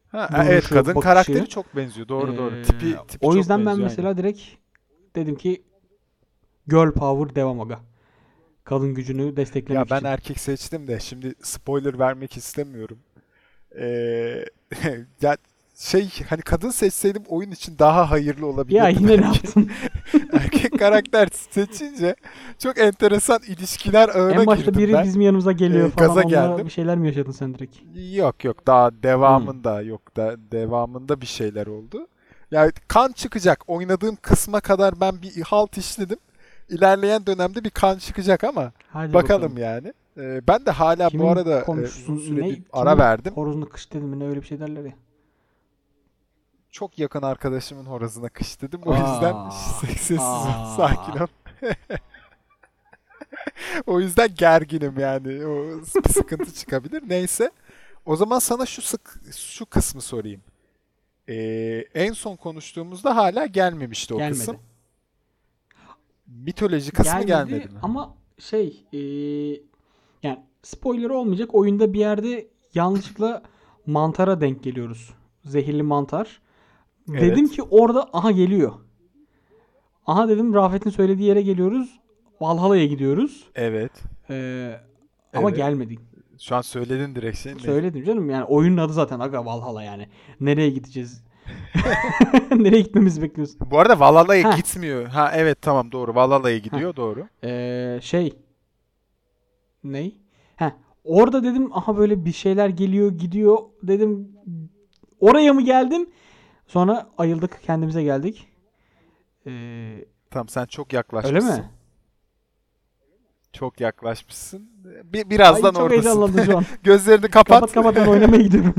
Ha, e, evet, Duruşu, kadın bakışı. karakteri çok benziyor. Doğru doğru. Ee, Tipi tipi o çok yüzden ben benziyor. mesela Aynen. direkt dedim ki girl power devam aga. Kadın gücünü desteklemek Ya ben için. erkek seçtim de şimdi spoiler vermek istemiyorum. Ee, ya şey, hani kadın seçseydim oyun için daha hayırlı Ya olabilirdi yine ne belki. yaptın? Erkek karakter seçince çok enteresan ilişkiler ağına En başta girdim biri ben. bizim yanımıza geliyor Ee, falan. gaza Onunla geldim. bir şeyler mi yaşadın sen direkt? Yok yok, daha Hmm. devamında yok, da devamında bir şeyler oldu. Yani kan çıkacak. Oynadığım kısma kadar ben bir halt işledim. İlerleyen dönemde bir kan çıkacak ama Hadi bakalım. bakalım yani. Ee, ben de hala bu Kimin arada e, uzun komşusun süre ne? bir ara Kimin verdim. horozunu kış dedim mi ne öyle bir şey derler ya. Çok yakın arkadaşımın horozuna kış dedim. O yüzden Aa, sessiz, sakin aa. ol. O yüzden gerginim yani. O bir sıkıntı çıkabilir. Neyse. O zaman sana şu sık şu kısmı sorayım. Ee, en son konuştuğumuzda hala gelmemişti o kısım. Gelmedi. Mitoloji kısmı gelmedi Gelmedi mi? ama şey eee, yani spoiler olmayacak. Oyunda bir yerde yanlışlıkla mantara denk geliyoruz. Zehirli mantar. Dedim Evet. ki orada aha geliyor. Aha dedim Rafet'in söylediği yere geliyoruz. Valhalla'ya gidiyoruz. Evet. Eee, ama Evet. gelmedi. Şu an söyledin direkt şey ne? Söyledim canım yani oyunun adı zaten aga Valhalla yani. Nereye gideceğiz? Nereye gitmemizi bekliyorsun? Bu arada Valhalla'ya Ha, gitmiyor. Ha evet, tamam, doğru. Valhalla'ya ha. gidiyor, doğru. Ee, şey ney? Ha, orada dedim aha böyle bir şeyler geliyor gidiyor dedim oraya mı geldim? Sonra ayıldık kendimize geldik. Ee, Tamam, sen çok öyle yaklaşmışsın. mi? Çok yaklaşmışsın. Bir, Ay birazdan çok oradasın. heyecanlandım şu an. Gözlerini Kapat kapat. kapat ben oynamaya gidiyorum.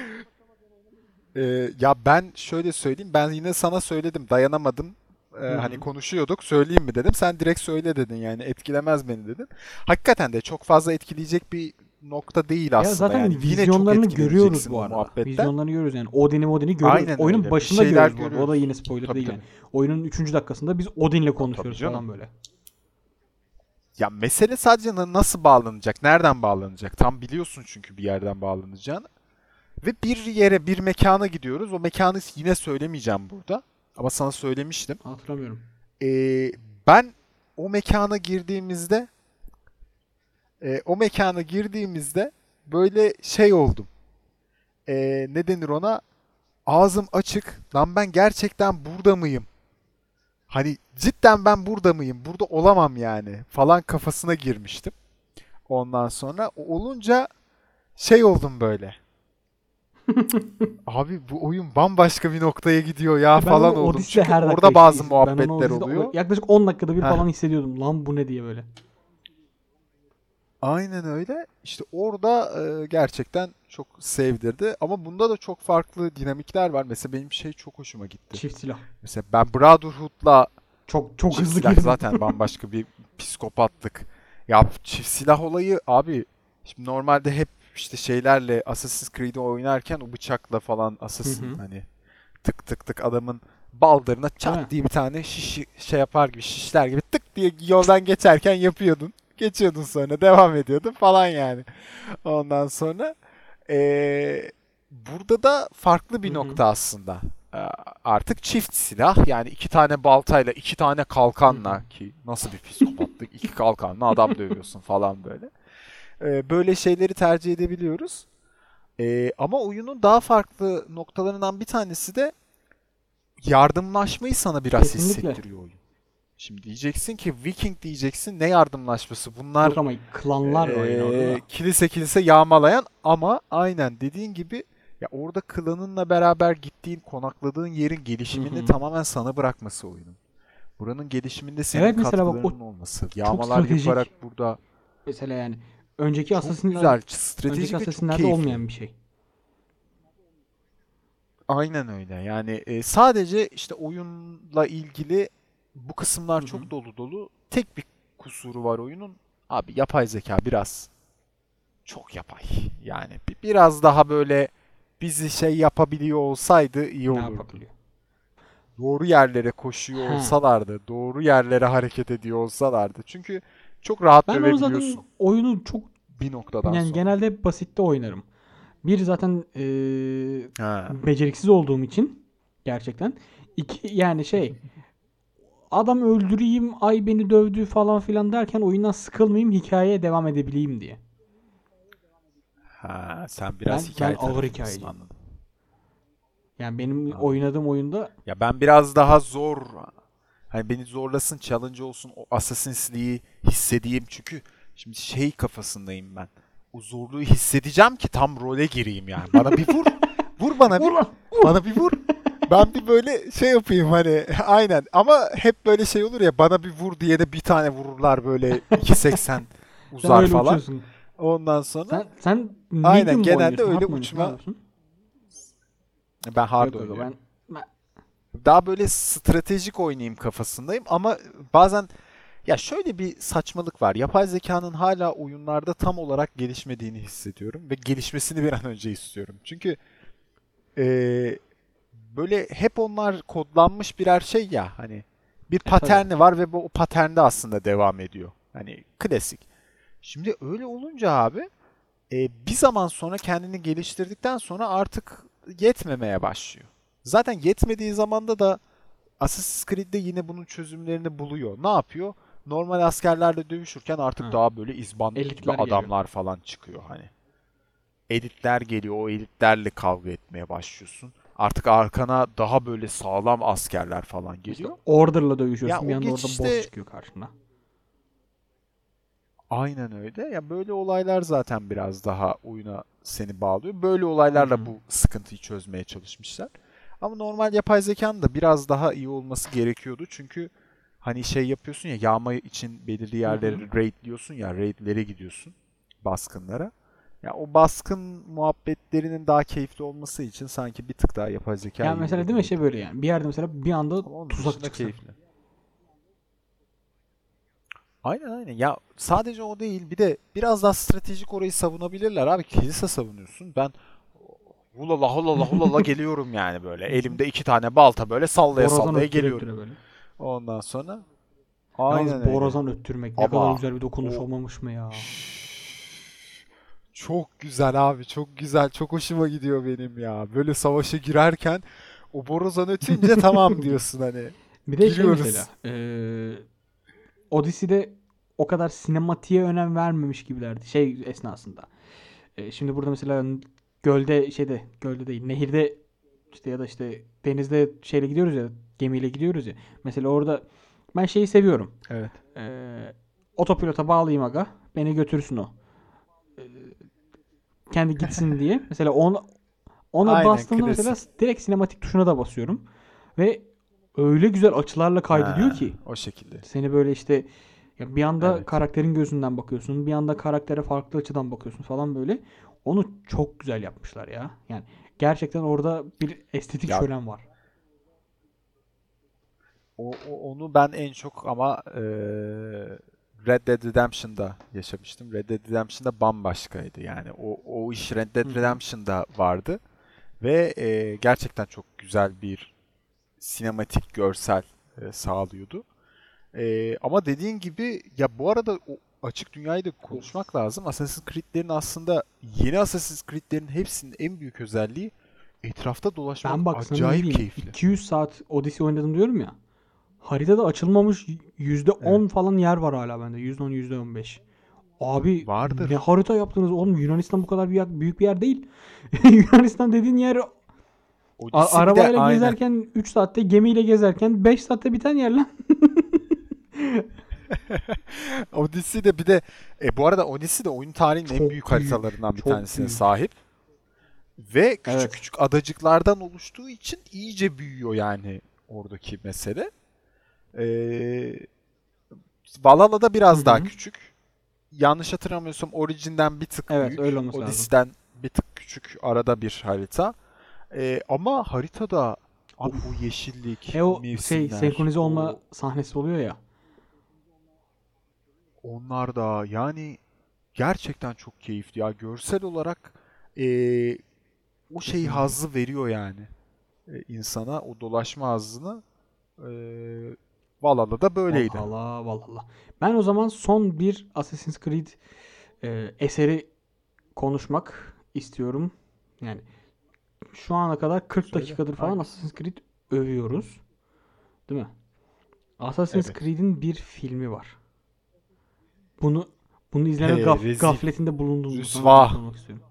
Ee, ya ben şöyle söyleyeyim. Ben yine sana söyledim. Dayanamadım. Ee, Hı hani hı. konuşuyorduk. Söyleyeyim mi dedim. Sen direkt söyle dedin. Yani etkilemez beni dedin. Hakikaten de çok fazla etkileyecek bir nokta değil Ya aslında. zaten Yani yine çok vizyonlarını görüyoruz etkileneceksin bu bu arada. muhabbetten. Vizyonlarını görüyoruz yani. Odin'i Odin'i görüyoruz. Aynen Oyunun öyle. Bir başında şeyler görüyoruz bu arada. O da görüyoruz. yine spoiler Tabii değil yani. tabii. Oyunun üçüncü dakikasında biz Odin'le Ha, tabii konuşuyoruz canım. falan böyle. Ya mesele sadece na- nasıl bağlanacak, nereden bağlanacak? Tam biliyorsun çünkü bir yerden bağlanacağını. Ve bir yere, bir mekana gidiyoruz. O mekanı yine söylemeyeceğim burada. Ama sana söylemiştim. Hatırlamıyorum. Ee, ben o mekana girdiğimizde, e, o mekana girdiğimizde böyle şey oldum. Ee, ne denir ona? Ağzım açık. Lan ben gerçekten burada mıyım? Hani cidden ben burada mıyım? Burada olamam yani falan kafasına girmiştim. Ondan sonra o olunca şey oldum böyle. Abi bu oyun bambaşka bir noktaya gidiyor ya Ben falan onu oldum. Odyssey'de Çünkü her dakika orada işte bazı izledim. Ben onu muhabbetler Odyssey'de o- oluyor. yaklaşık on dakikada bir Heh, falan hissediyordum. Lan bu ne diye böyle. aynen öyle. İşte orada e, gerçekten çok sevdirdi. Ama bunda da çok farklı dinamikler var. Mesela benim şey çok hoşuma gitti. Çift silah. Mesela ben Brotherhood'la Çok çok çift hızlı silah girdim. zaten bambaşka bir psikopatlık. Ya çift silah olayı abi, şimdi normalde hep işte şeylerle Assassin's Creed'i oynarken o bıçakla falan Hı Assassin hı. hani tık tık tık adamın baldırına Değil çat mi? diye bir tane şiş şey yapar gibi, şişler gibi tık diye yoldan geçerken yapıyordun. Geçiyordun, sonra devam ediyordun falan yani. Ondan sonra eee, burada da farklı Hı bir hı. nokta aslında. Eee, Artık çift silah, yani iki tane baltayla iki tane Hı hı. kalkanla, ki nasıl bir psikopatlık, iki kalkanla adam dövüyorsun falan böyle. Eee, böyle şeyleri tercih edebiliyoruz. Eee, ama oyunun daha farklı noktalarından bir tanesi de yardımlaşmayı sana biraz Kesinlikle. hissettiriyor oyun. Şimdi diyeceksin ki Viking, diyeceksin ne yardımlaşması bunlar, Yok ama klanlar var yine orada eee, da. kilise kilise yağmalayan, ama aynen dediğin gibi ya orada klanınla beraber gittiğin, konakladığın yerin Hı gelişimini hı. tamamen sana bırakması oyunun. Buranın gelişiminde senin Evet mesela bak o katkılarının olması, çok yağmalar yaparak stratejik. burada Mesela yani önceki çok Assassin'ler güzel, önceki stratejik ve çok Assassin'lerde keyifli. olmayan bir şey. Aynen öyle. Yani e, sadece işte oyunla ilgili bu kısımlar Hı hı. çok dolu dolu. Tek bir kusuru var oyunun. Abi yapay zeka biraz çok yapay. Yani bi- biraz daha böyle bizi şey yapabiliyor olsaydı iyi Ne olurdu. yapabiliyor? Doğru yerlere koşuyor Ha. olsalardı, doğru yerlere hareket ediyor olsalardı. Çünkü çok rahat Ben onu zaten dövebiliyorsun oyunu çok bir noktadan yani sonra. genelde hep basitte oynarım. Bir zaten eee, Ha. beceriksiz olduğum için gerçekten. İki yani şey adam öldüreyim, ay beni dövdü falan filan derken oyundan sıkılmayayım, hikayeye devam edebileyim diye. Ha, sen Ben biraz ben hikaye ağır tarafındasın, hikayeciyim. anladım. Yani benim Anladım. oynadığım oyunda Ya ben biraz daha zor, hani beni zorlasın, challenge olsun, o Assassin's'liği hissedeyim çünkü şimdi şey kafasındayım ben. O zorluğu hissedeceğim ki tam role gireyim yani. Bana bir vur. Vur bana vur bir. lan! Bana bir vur. Ben bir böyle şey yapayım hani aynen ama hep böyle şey olur ya, bana bir vur diye de bir tane vururlar böyle iki seksen Sen uzar öyle falan. uçuyorsun. Ondan sonra Sen sen medium aynen mu genelde oynuyorsun? öyle Hard mı oynuyorsun? Ne uçma, yapıyorsun? ben hard Yok yok oynuyorum. ben, ben Daha böyle stratejik oynayayım kafasındayım ama bazen ya şöyle bir saçmalık var. Yapay zekanın hala oyunlarda tam olarak gelişmediğini hissediyorum ve gelişmesini bir an önce istiyorum. Çünkü eee, böyle hep onlar kodlanmış birer şey ya, hani bir e tabii. paterni var ve bu o paternde aslında devam ediyor. Hani klasik. Şimdi öyle olunca abi e, bir zaman sonra kendini geliştirdikten sonra artık yetmemeye başlıyor. Zaten yetmediği zamanda da Assassin's Creed'de yine bunun çözümlerini buluyor. Ne yapıyor? Normal askerlerle dövüşürken artık Ha, daha böyle izbandut gibi elitler geliyor. adamlar falan çıkıyor hani. Elitler geliyor, o elitlerle kavga etmeye başlıyorsun. Artık arkana daha böyle sağlam askerler falan İşte geliyor. Order'la Ya dövüşüyorsun. Bir o anda orada boss geçişte çıkıyor karşına. aynen öyle. Ya böyle olaylar zaten biraz daha oyuna seni bağlıyor. Böyle Hı olaylarla hı. bu sıkıntıyı çözmeye çalışmışlar. Ama normal yapay zekanın da biraz daha iyi olması gerekiyordu. Çünkü hani şey yapıyorsun ya, yağma için belirli Hı hı. yerleri raidliyorsun ya, raidlere gidiyorsun, baskınlara. Ya o baskın muhabbetlerinin daha keyifli olması için sanki bir tık daha yapay zeka Yani iyi mesela değil mi şey olabilirdi. böyle yani. Bir yerde mesela bir anda Ama onun tuzak dışında çıksa. keyifli. Aynen aynen. Ya sadece o değil. Bir de biraz daha stratejik orayı savunabilirler abi. Kilise savunuyorsun. Ben hulala hulala hulala geliyorum yani böyle. Elimde iki tane balta böyle sallaya Borazan sallaya öttüre geliyorum. öttüre böyle. Ondan sonra aynen Yalnız öyle. borazan öttürmek ne kadar Ama güzel bir dokunuş o olmamış mı ya? çok güzel abi. Çok güzel. Çok hoşuma gidiyor benim ya. Böyle savaşa girerken o borazan ötünce tamam diyorsun hani. Bir de şey Giriyoruz. mesela eee Odyssey'de o kadar sinematiğe önem vermemiş gibilerdi şey esnasında. Eee, şimdi burada mesela gölde şeyde gölde değil nehirde işte ya da işte denizde şeyle gidiyoruz ya gemiyle gidiyoruz ya. Mesela orada ben şeyi seviyorum. Evet. Eee otopilota bağlayayım aga. Beni götürsün o. Eee, kendi gitsin diye. Mesela ona, ona Aynen bastığımda mesela klasik. direkt sinematik tuşuna da basıyorum. Ve öyle güzel açılarla kaydediyor Ha, ki. o şekilde. Seni böyle işte ya bir anda Evet. karakterin gözünden bakıyorsun. Bir anda karaktere farklı açıdan bakıyorsun falan böyle. Onu çok güzel yapmışlar ya. Yani gerçekten orada bir estetik Ya şölen var. O, o- onu ben en çok ama eee, Red Dead Redemption'da yaşamıştım. Red Dead Redemption'da bambaşkaydı yani. O, o iş Red Hı Dead hı. Redemption'da vardı ve eee, gerçekten çok güzel bir sinematik görsel eee, sağlıyordu. Eee, ama dediğin gibi ya, bu arada o açık dünyayı da Of. konuşmak lazım. Assassin's Creed'lerin aslında yeni Assassin's Creed'lerin hepsinin en büyük özelliği etrafta dolaşmak Ben bak sana ne acayip diyeyim. keyifli. iki yüz saat Odyssey oynadım diyorum ya. Haritada açılmamış yüzde Evet. on falan yer var hala bende. yüzde on, yüzde on beş. Abi ne Vardır. harita yaptınız oğlum? Yunanistan bu kadar bir büyük bir yer değil. Yunanistan dediğin yer a- Odyssey bir de arabayla aynen. gezerken üç saatte, gemiyle gezerken beş saatte biten yer lan. Odyssey de bir de e, bu arada Odyssey de oyun tarihinin en büyük Çok büyük. haritalarından bir Çok tanesine büyük. sahip ve küçük Evet. küçük adacıklardan oluştuğu için iyice büyüyor yani oradaki mesele. Ee, Valhalla da Hı biraz daha hı. küçük. Yanlış hatırlamıyorsam Origin'den bir tık Evet öyle büyük, olması lazım. Odyssey'den bir tık küçük arada bir harita. Ee, ama haritada abi o Uf. yeşillik, E o o şey mevsimler, senkronize olma o sahnesi oluyor ya. onlar da yani gerçekten çok keyifli ya. Görsel olarak ee, o şeyi Kesinlikle. hazzı veriyor yani e, insana, o dolaşma hazzını. Ee, Valhalla da böyleydi. Valhalla Valhalla. Ben o zaman son bir Assassin's Creed e, eseri konuşmak istiyorum. Yani şu ana kadar kırk Söyle. dakikadır falan Hangi? Assassin's Creed övüyoruz. Değil mi? Assassin's Evet. Creed'in bir filmi var. Bunu bunu izleme He, gaf- rezil. gafletinde bulundun mu? Sana bunu Rüsva. sormak istiyorum.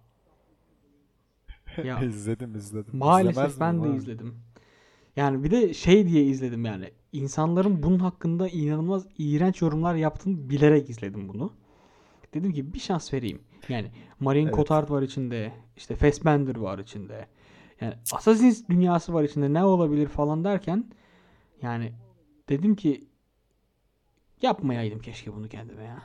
Ya İzledim izledim. İzlemez maalesef miyim ben de abi? izledim. Yani bir de şey diye izledim yani. İnsanların bunun hakkında inanılmaz iğrenç yorumlar yaptığını bilerek izledim bunu. Dedim ki bir şans vereyim. Yani Marion Evet. Cotillard var içinde. İşte Fassbender var içinde. Yani Assassin's dünyası var içinde. Ne olabilir falan derken yani dedim ki yapmayaydım keşke bunu kendime ya.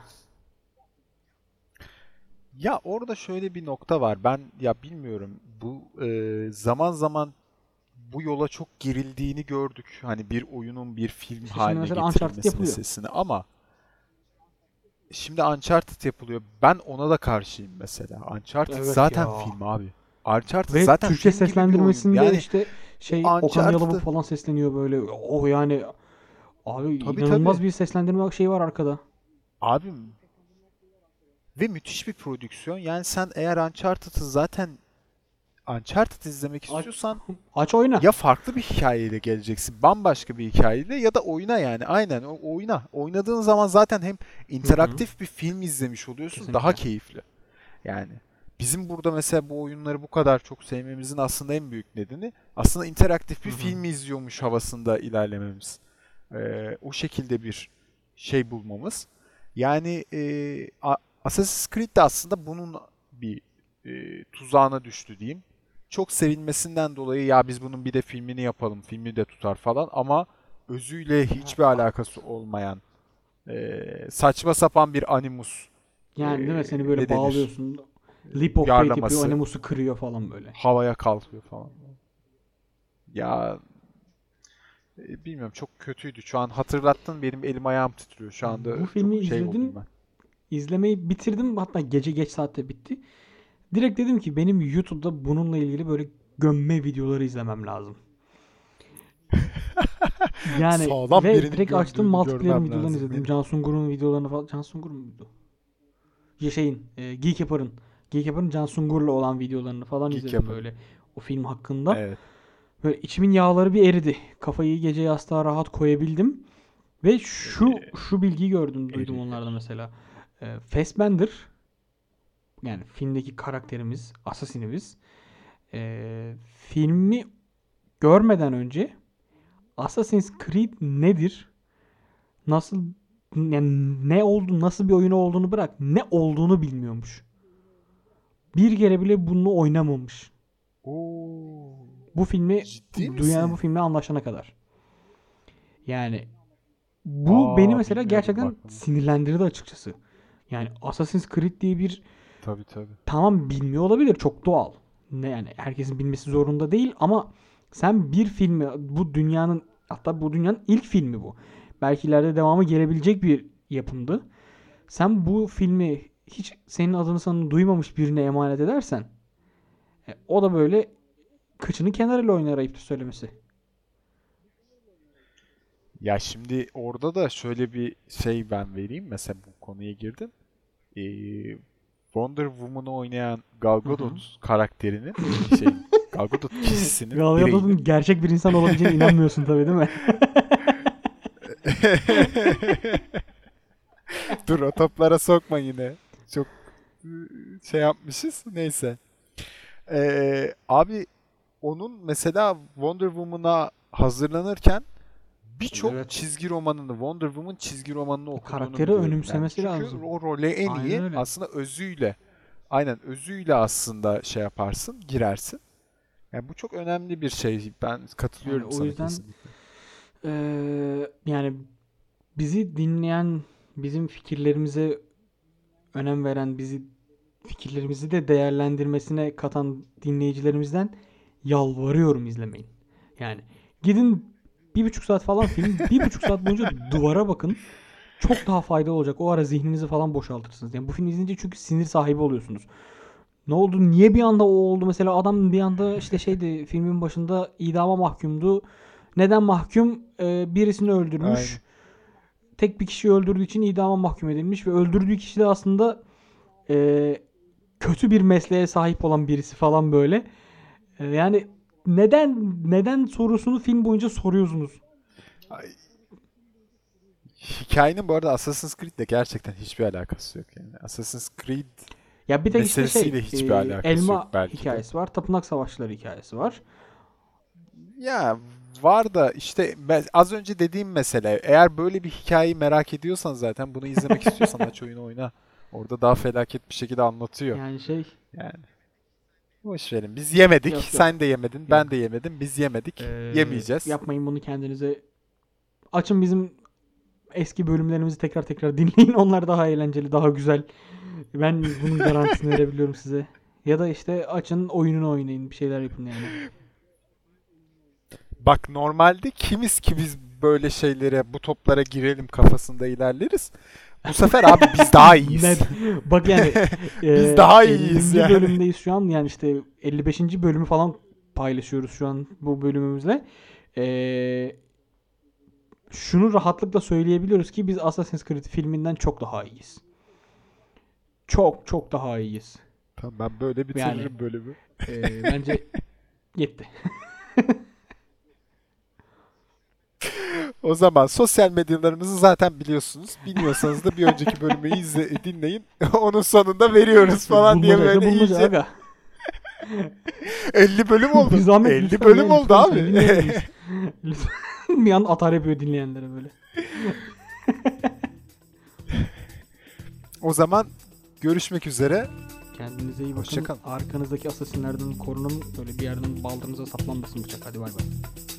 Ya orada şöyle bir nokta var. Ben ya bilmiyorum. Bu e, zaman zaman bu yola çok girildiğini gördük. Hani bir oyunun bir film İşte şimdi haline mesela Uncharted getirilmesi yapılıyor. meselesini ama şimdi Uncharted yapılıyor. Ben ona da karşıyım mesela. Uncharted Evet zaten ya. film abi. Uncharted Ve zaten Türkçe film gibi bir oyun. seslendirmesinde Yani işte şey o Okan Yalabık Uncharted'ı falan sesleniyor böyle. O yani abi tabii inanılmaz tabii. bir seslendirme şeyi var arkada. Abi ve müthiş bir prodüksiyon. Yani sen eğer Uncharted'ı zaten Uncharted izlemek Aç, istiyorsan aç oyna. ya farklı bir hikayeyle geleceksin. Bambaşka bir hikayeyle ya da oyna yani. Aynen o oyna. Oynadığın zaman zaten hem Hı hı. interaktif bir film izlemiş oluyorsun. Daha Kesinlikle. keyifli. Yani bizim burada mesela bu oyunları bu kadar çok sevmemizin aslında en büyük nedeni aslında interaktif Hı bir hı. film izliyormuş havasında ilerlememiz. Ee, o şekilde bir şey bulmamız. Yani e, A- Assassin's Creed de aslında bunun bir e, tuzağına düştü diyeyim. Çok sevilmesinden dolayı ya biz bunun bir de filmini yapalım, filmi de tutar falan ama özüyle hiçbir alakası olmayan e, saçma sapan bir animus e, Yani değil mi? Seni böyle ne denir? bağlıyorsun. E, Leap of Faith yapıyor. Uyarlaması Animus'u kırıyor falan böyle. havaya kalkıyor falan. Ya e, bilmiyorum çok kötüydü. Şu an hatırlattın benim elim ayağım titriyor. Şu anda Bu filmi çok şey oldum izledim. ben. İzlemeyi bitirdim. Hatta gece geç saatte bitti. Direkt dedim ki benim YouTube'da bununla ilgili böyle gömme videoları izlemem lazım. Yani Sağlam ve birinin direkt açtım gömdüğünü multiplayer görmem videolarını lazım izledim. benim. Can Sungur'un videolarını falan. Can Sungur muydu? Ya şeyin, e, Geek Yapar'ın. Geek Yapar'ın Can Sungur'la olan videolarını falan Geek izledim yaparım. böyle. O film hakkında. Evet. Böyle içimin yağları bir eridi. Kafayı gece yastığa rahat koyabildim. Ve şu E, şu bilgiyi gördüm, duydum onlarda eridir. mesela. E, Fassbender yani filmdeki karakterimiz, asasinimiz e, filmi görmeden önce Assassin's Creed nedir? Nasıl yani ne oldu, nasıl bir oyun olduğunu bırak. Ne olduğunu bilmiyormuş. Bir kere bile bunu oynamamış. Oo, Bu filmi ciddi dünyanın bu misin? filmle anlaşana kadar. Yani bu beni Aa, mesela bilmiyordum bak gerçekten bunu. sinirlendirdi açıkçası. Yani Assassin's Creed diye bir Tabii tabii. tamam bilmiyor olabilir, çok doğal. Ne yani herkesin bilmesi zorunda değil ama sen bir filmi bu dünyanın hatta bu dünyanın ilk filmi bu. Belki ileride devamı gelebilecek bir yapımdı. Sen bu filmi hiç senin adını sanını duymamış birine emanet edersen e, o da böyle kıçını kenarıyla oynar ayıptır söylemesi. Ya şimdi orada da şöyle bir şey ben vereyim. Mesela bu konuya girdim. Ee, Wonder Woman'ı oynayan Gal Hı hı. Gadot karakterinin şeyin Gal Gadot kişisinin Gal bireyinin Gadot'un gerçek bir insan olabileceğine inanmıyorsun tabii değil mi? dur o toplara sokma yine. Çok ıı, şey yapmışız. Neyse. Ee, abi onun mesela Wonder Woman'a hazırlanırken birçok Evet. çizgi romanını, Wonder Woman çizgi romanını okuduğunu Karakteri biliyorum ben. önümsemesi Çünkü lazım. o role en Aynen iyi öyle. aslında özüyle, aynen özüyle aslında şey yaparsın, girersin. Yani bu çok önemli bir şey. Ben Yani katılıyorum o sana yüzden kesinlikle. eee, yani bizi dinleyen, bizim fikirlerimize önem veren, bizi fikirlerimizi de değerlendirmesine katan dinleyicilerimizden yalvarıyorum izlemeyin. Yani gidin bir buçuk saat falan film, bir buçuk saat boyunca duvara bakın. Çok daha faydalı olacak. O ara zihninizi falan boşaltırsınız. Yani bu filmi izleyince çünkü sinir sahibi oluyorsunuz. Ne oldu? Niye bir anda o oldu? Mesela adam bir anda işte şeydi filmin başında idama mahkumdu. Neden mahkum? Ee, birisini Aynen. öldürmüş. Tek bir kişiyi öldürdüğü için idama mahkum edilmiş ve öldürdüğü kişi de aslında e, kötü bir mesleğe sahip olan birisi falan böyle. E, yani neden neden sorusunu film boyunca soruyorsunuz. Ay, hikayenin bu arada Assassin's Creed'le gerçekten hiçbir alakası yok yani. Assassin's Creed Ya bir tek işte şey meselesiyle hiçbir e, alakası elma yok belki de. hikayesi var. Tapınak savaşları hikayesi var. Ya var da işte ben- az önce dediğim mesele, eğer böyle bir hikayeyi merak ediyorsan zaten bunu izlemek istiyorsan aç oyunu oyna. Orada daha felaket bir şekilde anlatıyor. Yani şey Yani boş verin. Biz yemedik. Yok, yok. Sen de yemedin. Ben Yok. de yemedim. Biz yemedik. e, Yemeyeceğiz. yapmayın bunu kendinize. Açın bizim eski bölümlerimizi tekrar tekrar dinleyin. Onlar daha eğlenceli, daha güzel. Ben bunun garantisini verebiliyorum size. Ya da işte açın oyununu oynayın. Bir şeyler yapın yani. Bak normalde kimiz ki biz böyle şeylere, bu toplara girelim kafasında ilerleriz. Bu sefer abi biz daha iyiyiz. Net. Bak yani Biz e, daha iyiyiz ellinci yani. bölümdeyiz şu an. Yani işte elli beşinci bölümü falan paylaşıyoruz şu an bu bölümümüzle. E, şunu rahatlıkla söyleyebiliyoruz ki biz Assassin's Creed filminden çok daha iyiyiz. Çok çok daha iyiyiz. Tamam, ben böyle bitiririm Yani bölümü. e, bence yetti. O zaman sosyal medyalarımızı zaten biliyorsunuz. Bilmiyorsanız da bir önceki bölümü izle, dinleyin. Onun sonunda veriyoruz falan diye Bulmaca, böyle bulmaca iyice. aga. elli bölüm oldu. Bir zahmet elli lütfen bölüm ya, oldu lütfen abi. dinleyelim biz. Lütfen. Bir an atar yapıyor dinleyenlere böyle. O zaman görüşmek üzere. Kendinize iyi bakın. Hoşça kalın. Arkanızdaki asasinlerden korunun. Böyle bir yerden baldırınıza saplanmasın bıçak. Hadi bay bay.